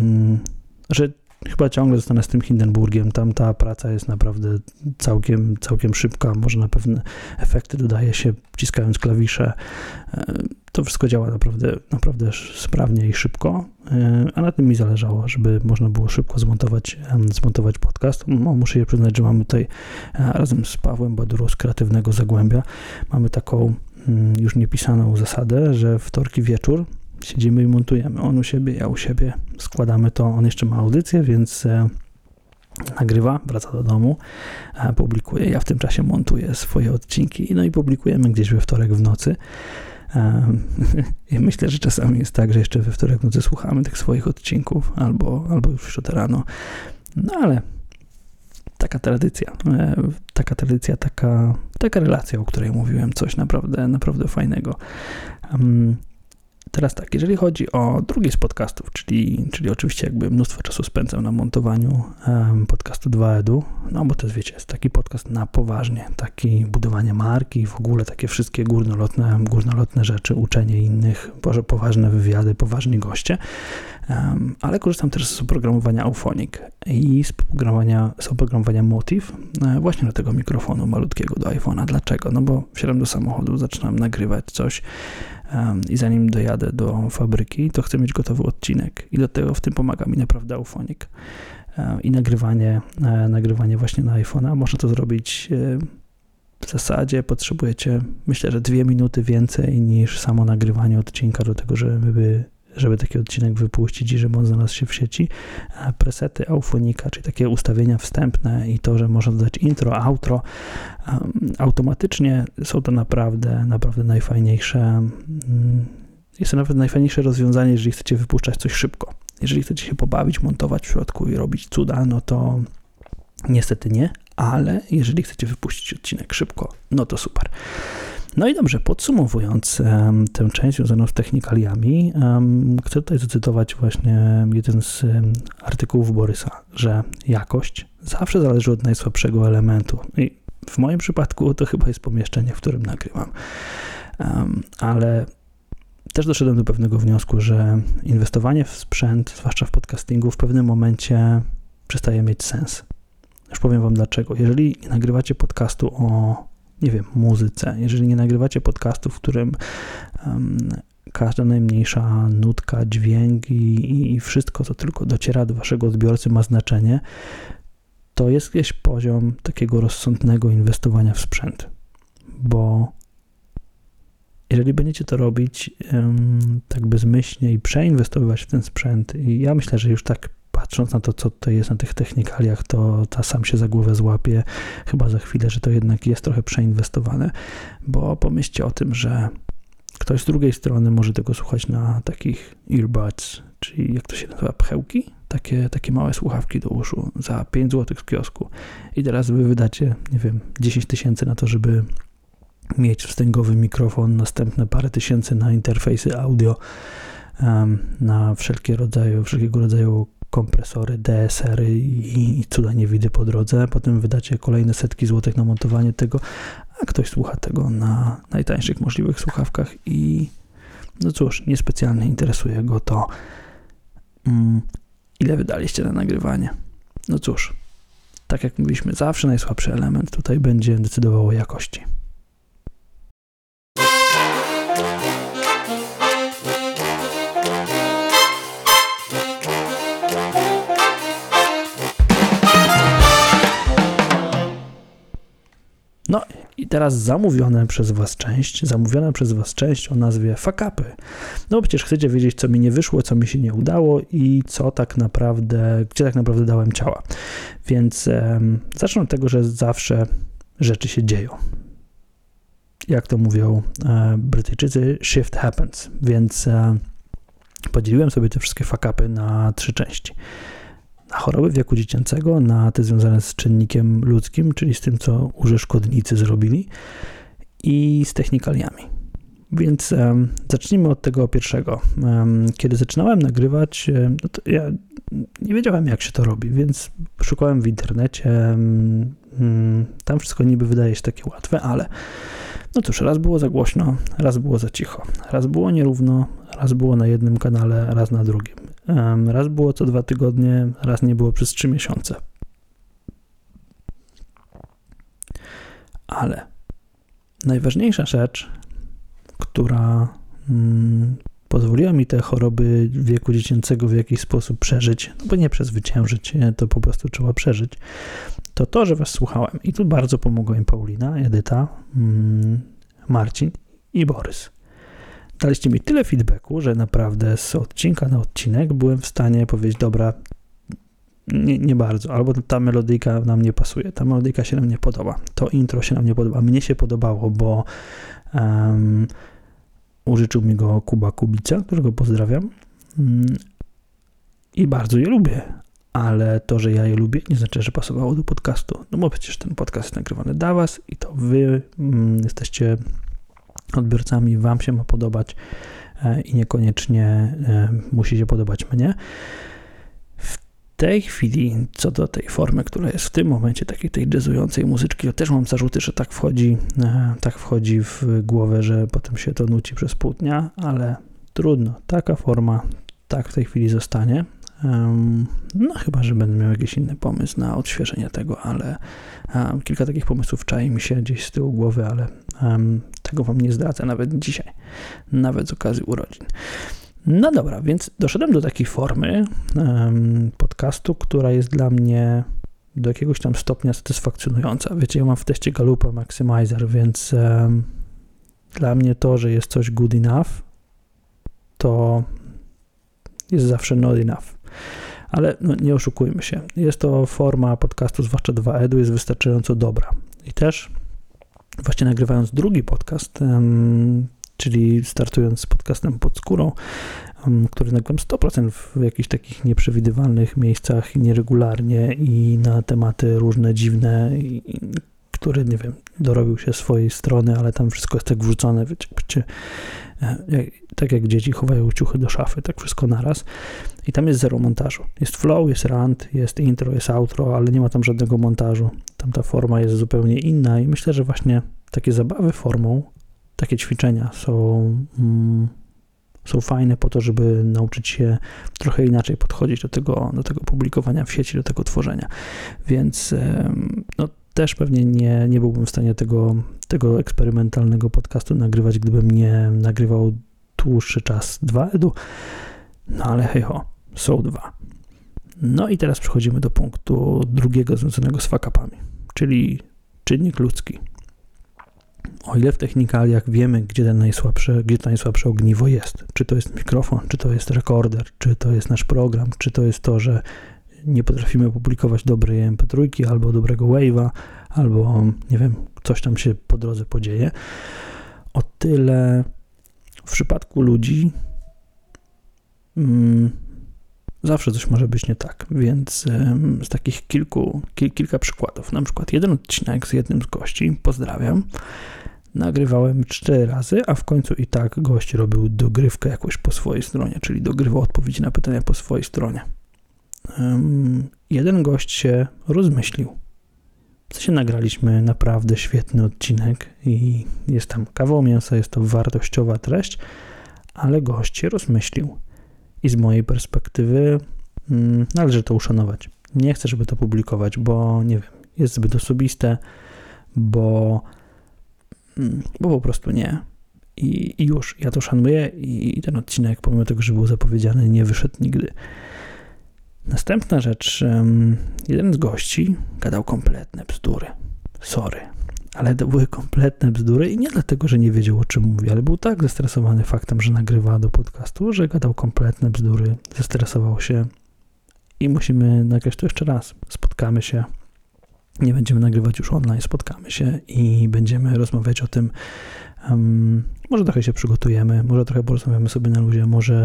chyba ciągle zostanę z tym Hindenburgiem. Tam ta praca jest naprawdę całkiem szybka. Można pewne efekty dodaje się wciskając klawisze. To wszystko działa naprawdę sprawnie i szybko, a na tym mi zależało, żeby można było szybko zmontować podcast. Muszę się przyznać, że mamy tutaj razem z Pawłem Badurą z Kreatywnego Zagłębia mamy taką już niepisaną zasadę, że wtorki wieczór siedzimy i montujemy. On u siebie, ja u siebie, składamy to. On jeszcze ma audycję, więc nagrywa, wraca do domu, publikuje. Ja w tym czasie montuję swoje odcinki, no i publikujemy gdzieś we wtorek w nocy. I myślę, że czasami jest tak, że jeszcze we wtorek w nocy słuchamy tych swoich odcinków, albo już w środę rano. No ale taka tradycja, taka relacja, o której mówiłem, coś naprawdę fajnego. Teraz tak, jeżeli chodzi o drugi z podcastów, czyli oczywiście jakby mnóstwo czasu spędzam na montowaniu podcastu 2EDU, no bo to jest, wiecie, jest taki podcast na poważnie, taki budowanie marki, w ogóle takie wszystkie górnolotne rzeczy, uczenie innych, poważne wywiady, poważni goście, ale korzystam też z oprogramowania Auphonic i z oprogramowania Motiv właśnie do tego mikrofonu malutkiego do iPhone'a. Dlaczego? No bo wsiadam do samochodu, zaczynam nagrywać coś i zanim dojadę do fabryki, to chcę mieć gotowy odcinek i do tego w tym pomaga mi naprawdę Auphonic i nagrywanie właśnie na iPhone'a. Można to zrobić w zasadzie potrzebujecie, myślę, że 2 minuty więcej niż samo nagrywanie odcinka do tego, żeby taki odcinek wypuścić i żeby on znalazł się w sieci. Presety Auphonica, czyli takie ustawienia wstępne i to, że można dodać intro, outro, automatycznie są to naprawdę najfajniejsze. Jest to nawet najfajniejsze rozwiązanie, jeżeli chcecie wypuszczać coś szybko. Jeżeli chcecie się pobawić, montować w środku i robić cuda, no to niestety nie, ale jeżeli chcecie wypuścić odcinek szybko, no to super. No i dobrze, podsumowując tę część związaną z technikaliami, chcę tutaj zacytować właśnie jeden z artykułów Borysa, że jakość zawsze zależy od najsłabszego elementu. I w moim przypadku to chyba jest pomieszczenie, w którym nagrywam. Ale też doszedłem do pewnego wniosku, że inwestowanie w sprzęt, zwłaszcza w podcastingu, w pewnym momencie przestaje mieć sens. Już powiem wam dlaczego. Jeżeli nagrywacie podcastu o nie wiem, muzyce, jeżeli nie nagrywacie podcastu, w którym każda najmniejsza nutka, dźwięk i wszystko, co tylko dociera do waszego odbiorcy, ma znaczenie, to jest gdzieś poziom takiego rozsądnego inwestowania w sprzęt. Bo jeżeli będziecie to robić tak bezmyślnie i przeinwestowywać w ten sprzęt, i ja myślę, że już tak patrząc na to, co tutaj jest na tych technikaliach, to sam się za głowę złapie chyba za chwilę, że to jednak jest trochę przeinwestowane, bo pomyślcie o tym, że ktoś z drugiej strony może tego słuchać na takich earbuds, czyli jak to się nazywa, pchełki? Takie małe słuchawki do uszu za 5 zł z kiosku. I teraz wy wydacie, nie wiem, 10 tysięcy na to, żeby mieć wstęgowy mikrofon, następne parę tysięcy na interfejsy audio, na wszelkiego rodzaju kompresory, DSR-y i cuda niewidy po drodze. Potem wydacie kolejne setki złotych na montowanie tego, a ktoś słucha tego na najtańszych możliwych słuchawkach i no cóż, niespecjalnie interesuje go to, ile wydaliście na nagrywanie. No cóż, tak jak mówiliśmy, zawsze najsłabszy element tutaj będzie decydował o jakości. No i teraz zamówiona przez was część o nazwie fuck upy. No bo przecież chcecie wiedzieć, co mi nie wyszło, co mi się nie udało i gdzie tak naprawdę dałem ciała. Więc zacznę od tego, że zawsze rzeczy się dzieją. Jak to mówią Brytyjczycy, shift happens. Więc podzieliłem sobie te wszystkie fuck upy na 3 części. Na choroby wieku dziecięcego, na te związane z czynnikiem ludzkim, czyli z tym, co szkodnicy zrobili, i z technikaliami. Więc zacznijmy od tego pierwszego. Kiedy zaczynałem nagrywać, no to ja nie wiedziałem, jak się to robi, więc szukałem w internecie. Tam wszystko niby wydaje się takie łatwe, ale no cóż, raz było za głośno, raz było za cicho, raz było nierówno, raz było na jednym kanale, raz na drugim. Raz było co 2 tygodnie, raz nie było przez 3 miesiące. Ale najważniejsza rzecz, która pozwoliła mi te choroby wieku dziecięcego w jakiś sposób przeżyć, no bo nie przezwyciężyć, to po prostu trzeba przeżyć, to, że was słuchałem. I tu bardzo pomogła mi Paulina, Edyta, Marcin i Borys. Daliście mi tyle feedbacku, że naprawdę z odcinka na odcinek byłem w stanie powiedzieć, dobra, nie bardzo, albo ta melodyjka nam nie pasuje, ta melodyjka się nam nie podoba, to intro się nam nie podoba. Mnie się podobało, bo użyczył mi go Kuba Kubica, którego pozdrawiam i bardzo je lubię, ale to, że ja je lubię, nie znaczy, że pasowało do podcastu, no bo przecież ten podcast jest nagrywany dla was i to wy jesteście odbiorcami, wam się ma podobać i niekoniecznie musi się podobać mnie. W tej chwili, co do tej formy, która jest w tym momencie takiej tej jazzującej muzyczki, ja też mam zarzuty, że tak wchodzi w głowę, że potem się to nuci przez pół dnia, ale trudno, taka forma tak w tej chwili zostanie. No chyba, że będę miał jakiś inny pomysł na odświeżenie tego, ale kilka takich pomysłów czai mi się gdzieś z tyłu głowy, ale tego wam nie zdradzę nawet dzisiaj, nawet z okazji urodzin. No dobra, więc doszedłem do takiej formy podcastu, która jest dla mnie do jakiegoś tam stopnia satysfakcjonująca. Wiecie, ja mam w teście Gallupa Maximizer, więc dla mnie to, że jest coś good enough, to jest zawsze not enough. Ale no, nie oszukujmy się. Jest to forma podcastu, zwłaszcza 2EDU, jest wystarczająco dobra. I też właśnie nagrywając drugi podcast, czyli startując z podcastem Pod skórą, który nagram 100% w jakichś takich nieprzewidywalnych miejscach i nieregularnie i na tematy różne, dziwne, który, nie wiem, dorobił się swojej strony, ale tam wszystko jest tak wrzucone, wiecie, tak jak dzieci chowają ciuchy do szafy, tak wszystko naraz. I tam jest zero montażu. Jest flow, jest rant, jest intro, jest outro, ale nie ma tam żadnego montażu. Tam ta forma jest zupełnie inna i myślę, że właśnie takie zabawy formą, takie ćwiczenia są fajne po to, żeby nauczyć się trochę inaczej podchodzić do tego publikowania w sieci, do tego tworzenia. Więc no, też pewnie nie byłbym w stanie tego eksperymentalnego podcastu nagrywać, gdybym nie nagrywał dłuższy czas 2 edu. No ale hej ho, są 2. No i teraz przechodzimy do punktu drugiego związanego z fuck-upami, czyli czynnik ludzki. O ile w technikaliach wiemy, gdzie to najsłabsze ogniwo jest, czy to jest mikrofon, czy to jest rekorder, czy to jest nasz program, czy to jest to, że nie potrafimy publikować dobrej MP3 albo dobrego wave'a, albo nie wiem, coś tam się po drodze podzieje. O tyle w przypadku ludzi zawsze coś może być nie tak, więc z takich kilka przykładów, na przykład jeden odcinek z jednym z gości, pozdrawiam, nagrywałem 4 razy, a w końcu i tak gość robił dogrywkę jakoś po swojej stronie, czyli dogrywał odpowiedzi na pytania po swojej stronie. Jeden gość się rozmyślił. W sensie nagraliśmy naprawdę świetny odcinek i jest tam kawał mięsa, jest to wartościowa treść, ale gość się rozmyślił. I z mojej perspektywy należy to uszanować. Nie chcę, żeby to publikować, bo nie wiem, jest zbyt osobiste, bo po prostu nie. I już, ja to szanuję i ten odcinek, pomimo tego, że był zapowiedziany, nie wyszedł nigdy. Następna rzecz, jeden z gości gadał kompletne bzdury. Sorry, ale to były kompletne bzdury i nie dlatego, że nie wiedział, o czym mówi, ale był tak zestresowany faktem, że nagrywa do podcastu, że gadał kompletne bzdury, zestresował się i musimy nagrać to jeszcze raz. Spotkamy się, nie będziemy nagrywać już online, spotkamy się i będziemy rozmawiać o tym. Może trochę się przygotujemy, może trochę porozmawiamy sobie na luzie, może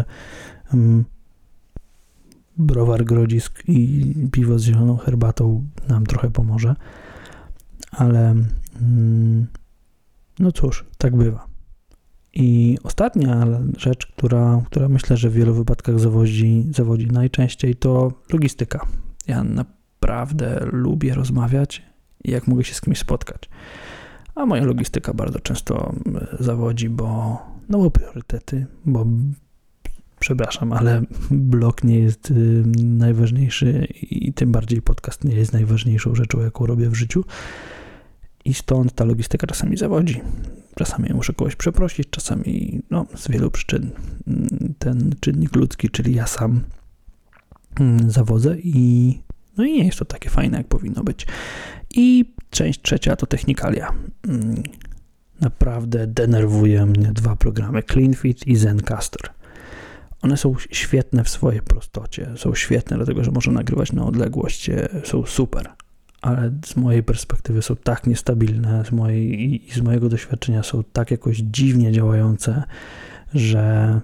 browar Grodzisk i piwo z zieloną herbatą nam trochę pomoże, ale no cóż, tak bywa. I ostatnia rzecz, która myślę, że w wielu wypadkach zawodzi najczęściej, to logistyka. Ja naprawdę lubię rozmawiać, jak mogę się z kimś spotkać. A moja logistyka bardzo często zawodzi, bo priorytety, bo przepraszam, ale blog nie jest najważniejszy i tym bardziej podcast nie jest najważniejszą rzeczą, jaką robię w życiu. I stąd ta logistyka czasami zawodzi. Czasami muszę kogoś przeprosić, czasami z wielu przyczyn ten czynnik ludzki, czyli ja sam zawodzę i nie jest to takie fajne, jak powinno być. I część trzecia to technikalia. Naprawdę denerwuje mnie 2 programy, CleanFit i Zencastr. One są świetne w swojej prostocie, są świetne dlatego, że można nagrywać na odległość, są super, ale z mojej perspektywy są tak niestabilne, z mojego doświadczenia są tak jakoś dziwnie działające, że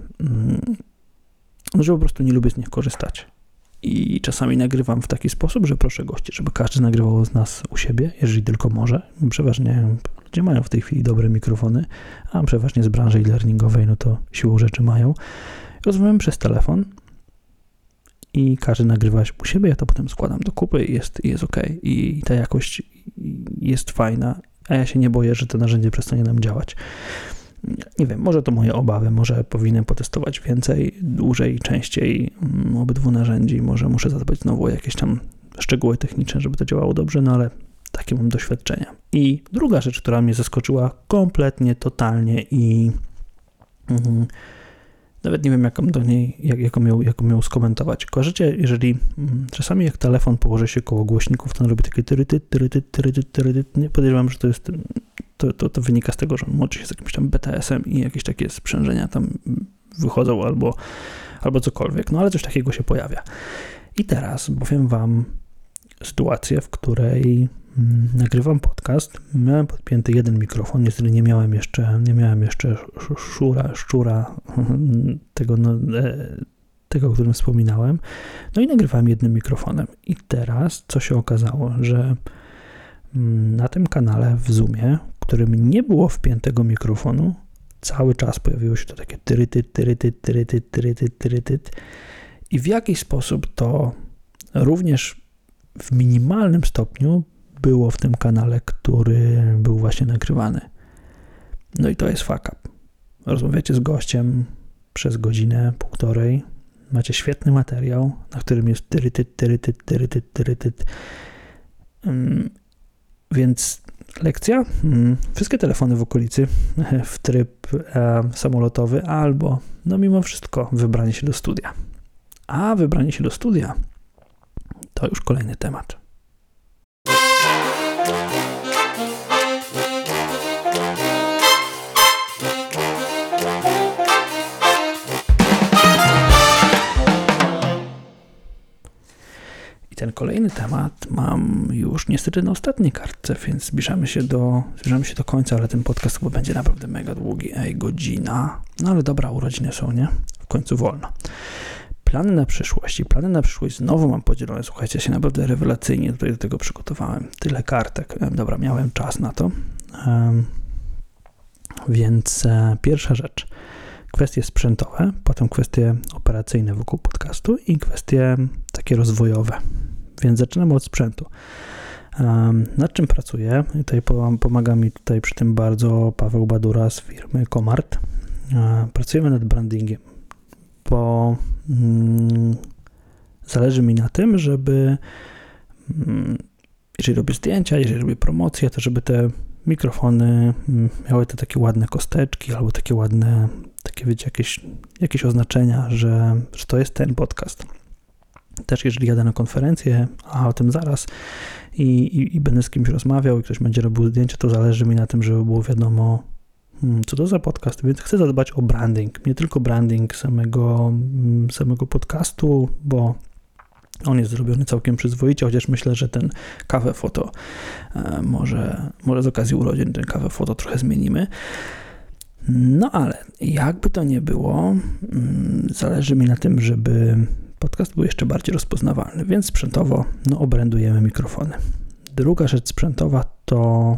po prostu nie lubię z nich korzystać. I czasami nagrywam w taki sposób, że proszę gości, żeby każdy nagrywał z nas u siebie, jeżeli tylko może. Przeważnie ludzie mają w tej chwili dobre mikrofony, a przeważnie z branży e-learningowej, to siłą rzeczy mają. Rozmawiam przez telefon i każdy nagrywa u siebie, ja to potem składam do kupy i jest ok. I ta jakość jest fajna, a ja się nie boję, że to narzędzie przestanie nam działać. Nie wiem, może to moje obawy, może powinienem potestować więcej, dłużej, częściej obydwu narzędzi, może muszę zadbać znowu o jakieś tam szczegóły techniczne, żeby to działało dobrze, ale takie mam doświadczenia. I druga rzecz, która mnie zaskoczyła kompletnie, totalnie i nawet nie wiem, jaką ją skomentować. Kojarzycie, jeżeli czasami jak telefon położy się koło głośników, to on robi takie tyrytyt. Nie podejrzewam, że to wynika z tego, że on łączy się z jakimś tam BTS-em i jakieś takie sprzężenia tam wychodzą albo cokolwiek, ale coś takiego się pojawia. I teraz powiem wam sytuację, w której nagrywam podcast, miałem podpięty jeden mikrofon, niestety nie miałem jeszcze szczura tego, o którym wspominałem, i nagrywałem jednym mikrofonem. I teraz, co się okazało, że na tym kanale w Zoomie, w którym nie było wpiętego mikrofonu, cały czas pojawiło się to takie tyrytyt i w jakiś sposób to również w minimalnym stopniu było w tym kanale, który był właśnie nagrywany. I to jest fuck up. Rozmawiacie z gościem przez godzinę, półtorej, macie świetny materiał, na którym jest tyrytyt. Więc lekcja, wszystkie telefony w okolicy w tryb samolotowy albo, no mimo wszystko, wybranie się do studia. A wybranie się do studia to już kolejny temat. I ten kolejny temat mam już niestety na ostatniej kartce, więc zbliżamy się do końca, ale ten podcast chyba będzie naprawdę mega długi. Godzina. No ale dobra, urodziny są, nie? W końcu wolno. Plany na przyszłość. I plany na przyszłość znowu mam podzielone. Słuchajcie, ja się naprawdę rewelacyjnie tutaj do tego przygotowałem. Tyle kartek. Dobra, miałem czas na to. Więc pierwsza rzecz. Kwestie sprzętowe, potem kwestie operacyjne wokół podcastu i kwestie takie rozwojowe. Więc zaczynamy od sprzętu. Nad czym pracuję? Tutaj pomaga mi tutaj przy tym bardzo Paweł Badura z firmy Komart. Pracujemy nad brandingiem, bo zależy mi na tym, żeby jeżeli robię zdjęcia, jeżeli robię promocję, to żeby te mikrofony miały te takie ładne kosteczki albo takie ładne, takie wiecie, jakieś oznaczenia, że to jest ten podcast. Też jeżeli jadę na konferencję, a o tym zaraz i będę z kimś rozmawiał i ktoś będzie robił zdjęcia, to zależy mi na tym, żeby było wiadomo, co to za podcast, więc chcę zadbać o branding. Nie tylko branding samego podcastu, bo on jest zrobiony całkiem przyzwoicie, chociaż myślę, że ten kawę foto może z okazji urodzin ten kawę foto trochę zmienimy. No ale jakby to nie było, zależy mi na tym, żeby podcast był jeszcze bardziej rozpoznawalny, więc sprzętowo obrandujemy mikrofony. Druga rzecz sprzętowa to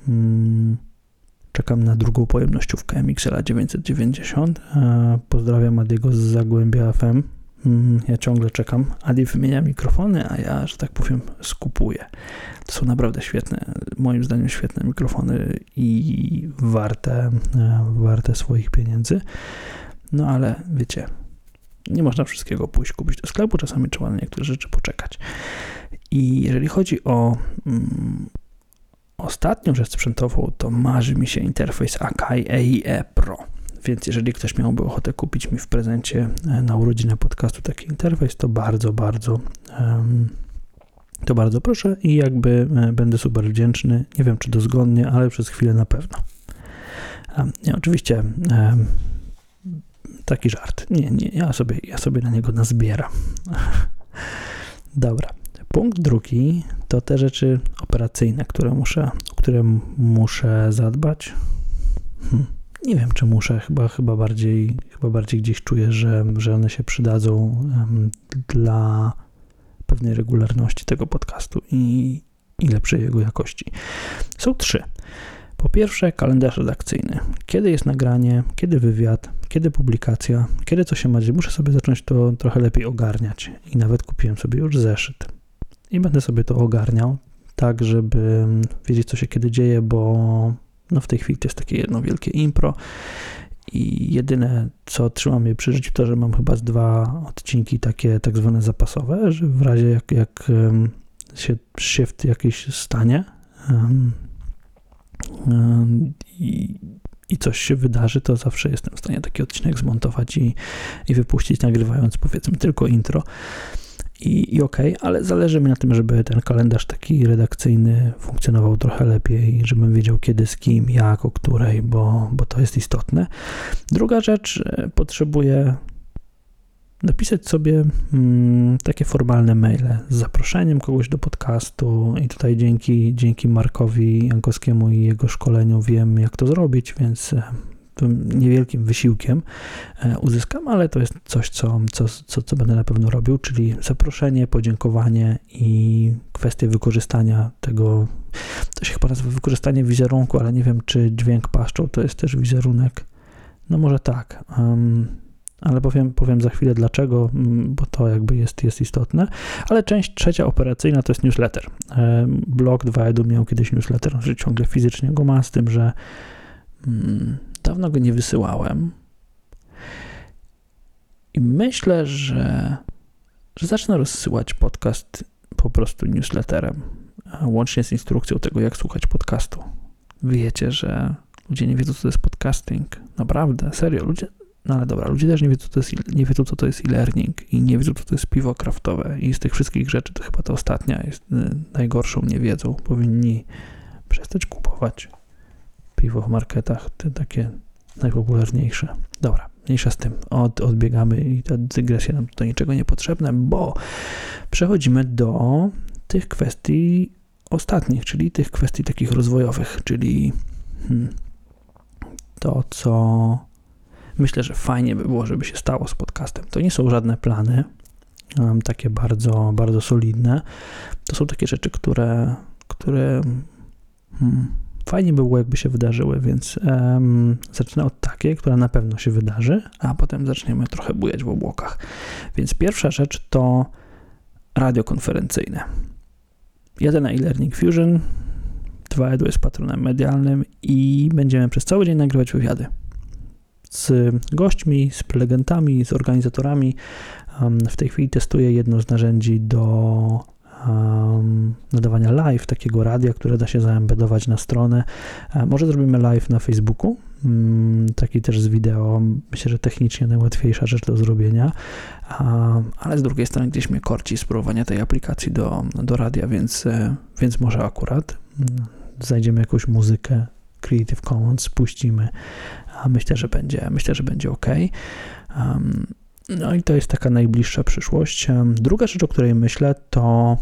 czekam na drugą pojemnościówkę MXL 990. Pozdrawiam Adiego z Zagłębia FM. Ja ciągle czekam. Adi wymienia mikrofony, a ja, że tak powiem, skupuję. To są naprawdę świetne, moim zdaniem świetne mikrofony i warte swoich pieniędzy. No ale wiecie, nie można wszystkiego pójść kupić do sklepu, czasami trzeba na niektóre rzeczy poczekać. I jeżeli chodzi o ostatnią rzecz sprzętową, to marzy mi się interfejs Akai AIE Pro. Więc jeżeli ktoś miałby ochotę kupić mi w prezencie na urodzinę podcastu taki interfejs, to bardzo proszę i jakby będę super wdzięczny. Nie wiem, czy dozgodnie, ale przez chwilę na pewno. Oczywiście taki żart. Nie, ja sobie na niego nazbieram. Dobra. Punkt drugi to te rzeczy operacyjne, o które muszę zadbać. Nie wiem, czy muszę, chyba bardziej gdzieś czuję, że one się przydadzą dla pewnej regularności tego podcastu i lepszej jego jakości. Są 3. Po pierwsze, kalendarz redakcyjny. Kiedy jest nagranie, kiedy wywiad, kiedy publikacja, kiedy co się ma dzieje. Muszę sobie zacząć to trochę lepiej ogarniać i nawet kupiłem sobie już zeszyt. I będę sobie to ogarniał tak, żeby wiedzieć, co się kiedy dzieje, bo w tej chwili to jest takie jedno wielkie impro i jedyne, co trzyma mnie przy życiu, to, że mam chyba z 2 odcinki takie tak zwane zapasowe, że w razie jak się shift jakiś stanie i coś się wydarzy, to zawsze jestem w stanie taki odcinek zmontować i wypuścić, nagrywając powiedzmy tylko intro. I okej, ale zależy mi na tym, żeby ten kalendarz taki redakcyjny funkcjonował trochę lepiej, żebym wiedział kiedy, z kim, jak, o której, bo to jest istotne. Druga rzecz, potrzebuję napisać sobie takie formalne maile z zaproszeniem kogoś do podcastu i tutaj dzięki Markowi Jankowskiemu i jego szkoleniu wiem, jak to zrobić, więc niewielkim wysiłkiem uzyskam, ale to jest coś, co będę na pewno robił, czyli zaproszenie, podziękowanie i kwestia wykorzystania tego, to się chyba nazywa wykorzystanie wizerunku, ale nie wiem, czy dźwięk paszczą to jest też wizerunek. No może tak, ale powiem za chwilę dlaczego, bo to jakby jest istotne, ale część trzecia operacyjna to jest newsletter. Blog 2edu miał kiedyś newsletter, że ciągle fizycznie go ma, z tym, że dawno go nie wysyłałem i myślę, że zacznę rozsyłać podcast po prostu newsletterem. łącznie z instrukcją tego, jak słuchać podcastu. Wiecie, że ludzie nie wiedzą, co to jest podcasting. Naprawdę, serio, ludzie... No ale dobra, ludzie też nie wiedzą, co to jest e-learning i nie wiedzą, co to jest piwo kraftowe. I z tych wszystkich rzeczy to chyba ta ostatnia jest najgorszą niewiedzą. Powinni przestać kupować piwo w marketach, te takie najpopularniejsze. Dobra, mniejsza z tym. Odbiegamy i ta dygresja nam tutaj niczego niepotrzebna, bo przechodzimy do tych kwestii ostatnich, czyli tych kwestii takich rozwojowych, czyli to, co myślę, że fajnie by było, żeby się stało z podcastem. To nie są żadne plany, takie bardzo, bardzo solidne. To są takie rzeczy, które fajnie by było, jakby się wydarzyły, więc zacznę od takiej, która na pewno się wydarzy, a potem zaczniemy trochę bujać w obłokach. Więc pierwsza rzecz to radio konferencyjne. Jeden na e-learning Fusion, 2 Edu jest patronem medialnym i będziemy przez cały dzień nagrywać wywiady z gośćmi, z prelegentami, z organizatorami. W tej chwili testuję jedno z narzędzi do nadawania live, takiego radia, które da się zaembedować na stronę. Może zrobimy live na Facebooku, taki też z wideo. Myślę, że technicznie najłatwiejsza rzecz do zrobienia, ale z drugiej strony gdzieś mnie korci spróbowania tej aplikacji do radia, więc może akurat znajdziemy jakąś muzykę Creative Commons, puścimy, a myślę, że będzie ok. No i to jest taka najbliższa przyszłość. Druga rzecz, o której myślę, to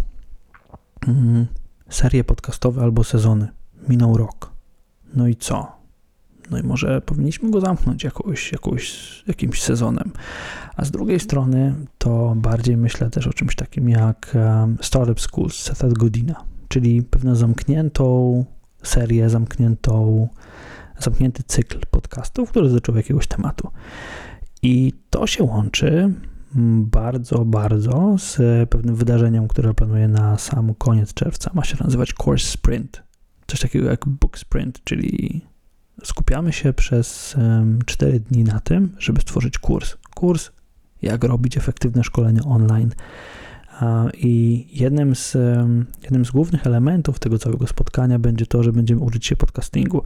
serie podcastowe albo sezony. Minął rok. No i co? No i może powinniśmy go zamknąć jakimś sezonem. A z drugiej strony to bardziej myślę też o czymś takim jak Startup Schools Setha Godina, czyli pewną zamkniętą serię, zamknięty cykl podcastów, który dotyczył jakiegoś tematu. I to się łączy bardzo, bardzo z pewnym wydarzeniem, które planuję na sam koniec czerwca. Ma się nazywać Course Sprint. Coś takiego jak Book Sprint, czyli skupiamy się przez 4 dni na tym, żeby stworzyć kurs. Kurs, jak robić efektywne szkolenie online. I jednym z głównych elementów tego całego spotkania będzie to, że będziemy uczyć się podcastingu.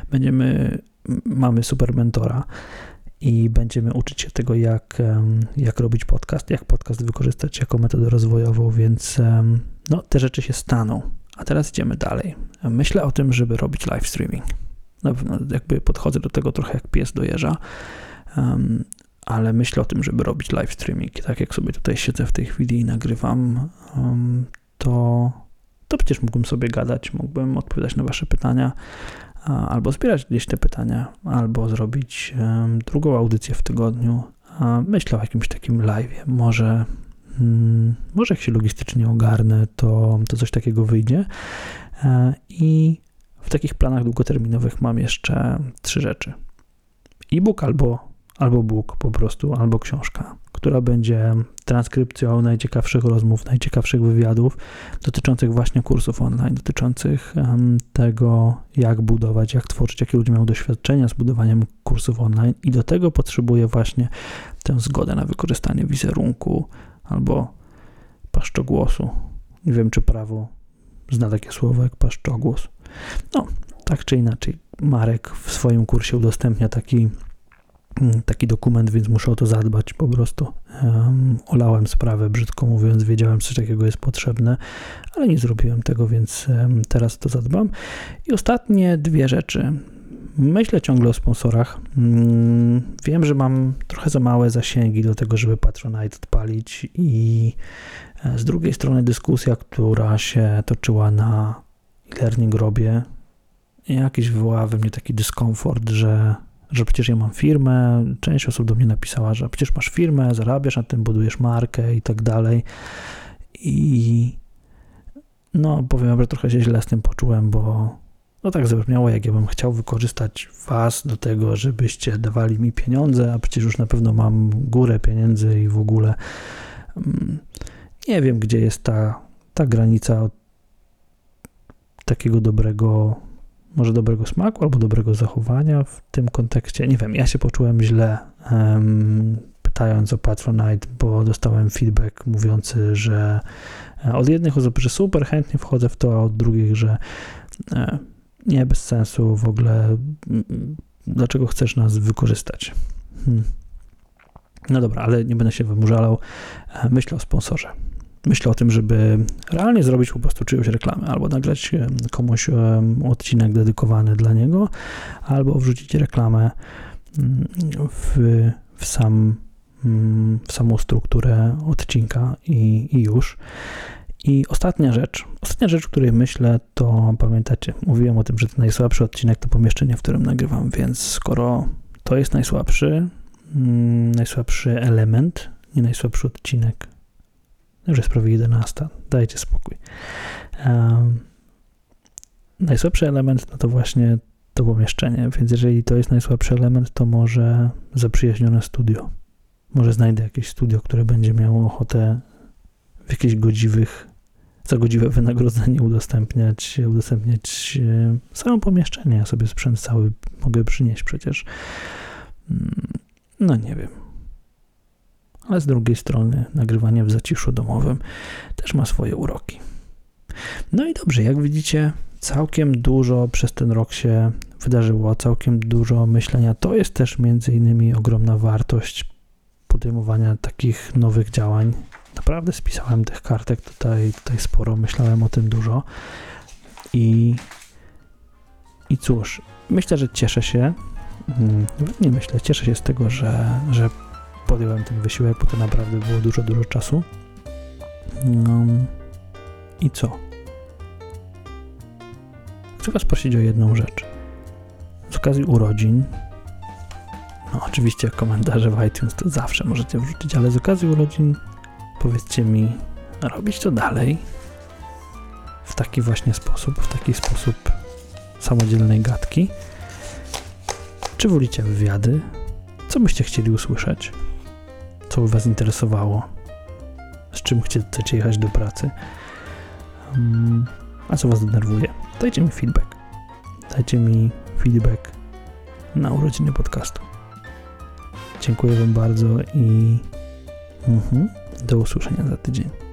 Mamy super mentora i będziemy uczyć się tego, jak robić podcast, jak podcast wykorzystać jako metodę rozwojową, więc te rzeczy się staną. A teraz idziemy dalej. Myślę o tym, żeby robić live streaming. Na pewno jakby podchodzę do tego trochę jak pies do jeża, ale myślę o tym, żeby robić live streaming. I tak jak sobie tutaj siedzę w tej chwili i nagrywam, to przecież mógłbym sobie gadać, mógłbym odpowiadać na wasze pytania, albo zbierać gdzieś te pytania, albo zrobić drugą audycję w tygodniu. Myślę o jakimś takim live. Może jak się logistycznie ogarnę, to coś takiego wyjdzie. I w takich planach długoterminowych mam jeszcze 3 rzeczy. E-book albo book po prostu, albo książka, która będzie transkrypcją najciekawszych rozmów, najciekawszych wywiadów dotyczących właśnie kursów online, dotyczących tego, jak budować, jak tworzyć, jakie ludzie mają doświadczenia z budowaniem kursów online i do tego potrzebuję właśnie tę zgodę na wykorzystanie wizerunku albo paszczogłosu. Nie wiem, czy prawo zna takie słowo jak paszczogłos. No, tak czy inaczej, Marek w swoim kursie udostępnia taki dokument, więc muszę o to zadbać po prostu. Olałem sprawę, brzydko mówiąc, wiedziałem, że coś takiego jest potrzebne, ale nie zrobiłem tego, więc teraz to zadbam. I ostatnie 2 rzeczy. Myślę ciągle o sponsorach. Wiem, że mam trochę za małe zasięgi do tego, żeby Patronite odpalić i z drugiej strony dyskusja, która się toczyła na e-learning robie, jakiś wywołała we mnie taki dyskomfort, że przecież ja mam firmę, część osób do mnie napisała, że przecież masz firmę, zarabiasz na tym, budujesz markę i tak dalej. I powiem, że trochę się źle z tym poczułem, bo tak zabrzmiało, jak ja bym chciał wykorzystać was do tego, żebyście dawali mi pieniądze, a przecież już na pewno mam górę pieniędzy i w ogóle nie wiem, gdzie jest ta granica od takiego dobrego smaku albo dobrego zachowania w tym kontekście. Nie wiem, ja się poczułem źle czytając o Patronite, bo dostałem feedback mówiący, że od jednych osób, że super chętnie wchodzę w to, a od drugich, że nie, bez sensu w ogóle, dlaczego chcesz nas wykorzystać? No dobra, ale nie będę się wymurzalał. Myślę o sponsorze. Myślę o tym, żeby realnie zrobić po prostu czyjąś reklamę, albo nagrać komuś odcinek dedykowany dla niego, albo wrzucić reklamę w samą strukturę odcinka i już. I ostatnia rzecz, o której myślę, to pamiętacie, mówiłem o tym, że ten najsłabszy odcinek to pomieszczenie, w którym nagrywam, więc skoro to jest najsłabszy element, nie najsłabszy odcinek, już jest prawie 11, dajcie spokój. Najsłabszy element no to właśnie to pomieszczenie, więc jeżeli to jest najsłabszy element, to może zaprzyjaźnione studio. Może znajdę jakieś studio, które będzie miało ochotę w jakichś za godziwe wynagrodzenie udostępniać samo pomieszczenie. Ja sobie sprzęt cały mogę przynieść przecież. No nie wiem. Ale z drugiej strony nagrywanie w zaciszu domowym też ma swoje uroki. No i dobrze, jak widzicie, całkiem dużo przez ten rok się wydarzyło, całkiem dużo myślenia. To jest też między innymi ogromna wartość podejmowania takich nowych działań. Naprawdę spisałem tych kartek tutaj sporo, myślałem o tym dużo i cóż, myślę, że cieszę się, cieszę się z tego, że podjąłem ten wysiłek, bo to naprawdę było dużo czasu. I co? Chcę was prosić o jedną rzecz. Z okazji urodzin, no oczywiście komentarze w iTunes to zawsze możecie wrzucić, ale z okazji urodzin powiedzcie mi, robić to dalej w taki sposób samodzielnej gadki, czy wolicie wywiady, co byście chcieli usłyszeć, co by was interesowało, z czym chcecie jechać do pracy, a co was denerwuje. Dajcie mi feedback na urodziny podcastu. Dziękuję wam bardzo i do usłyszenia za tydzień.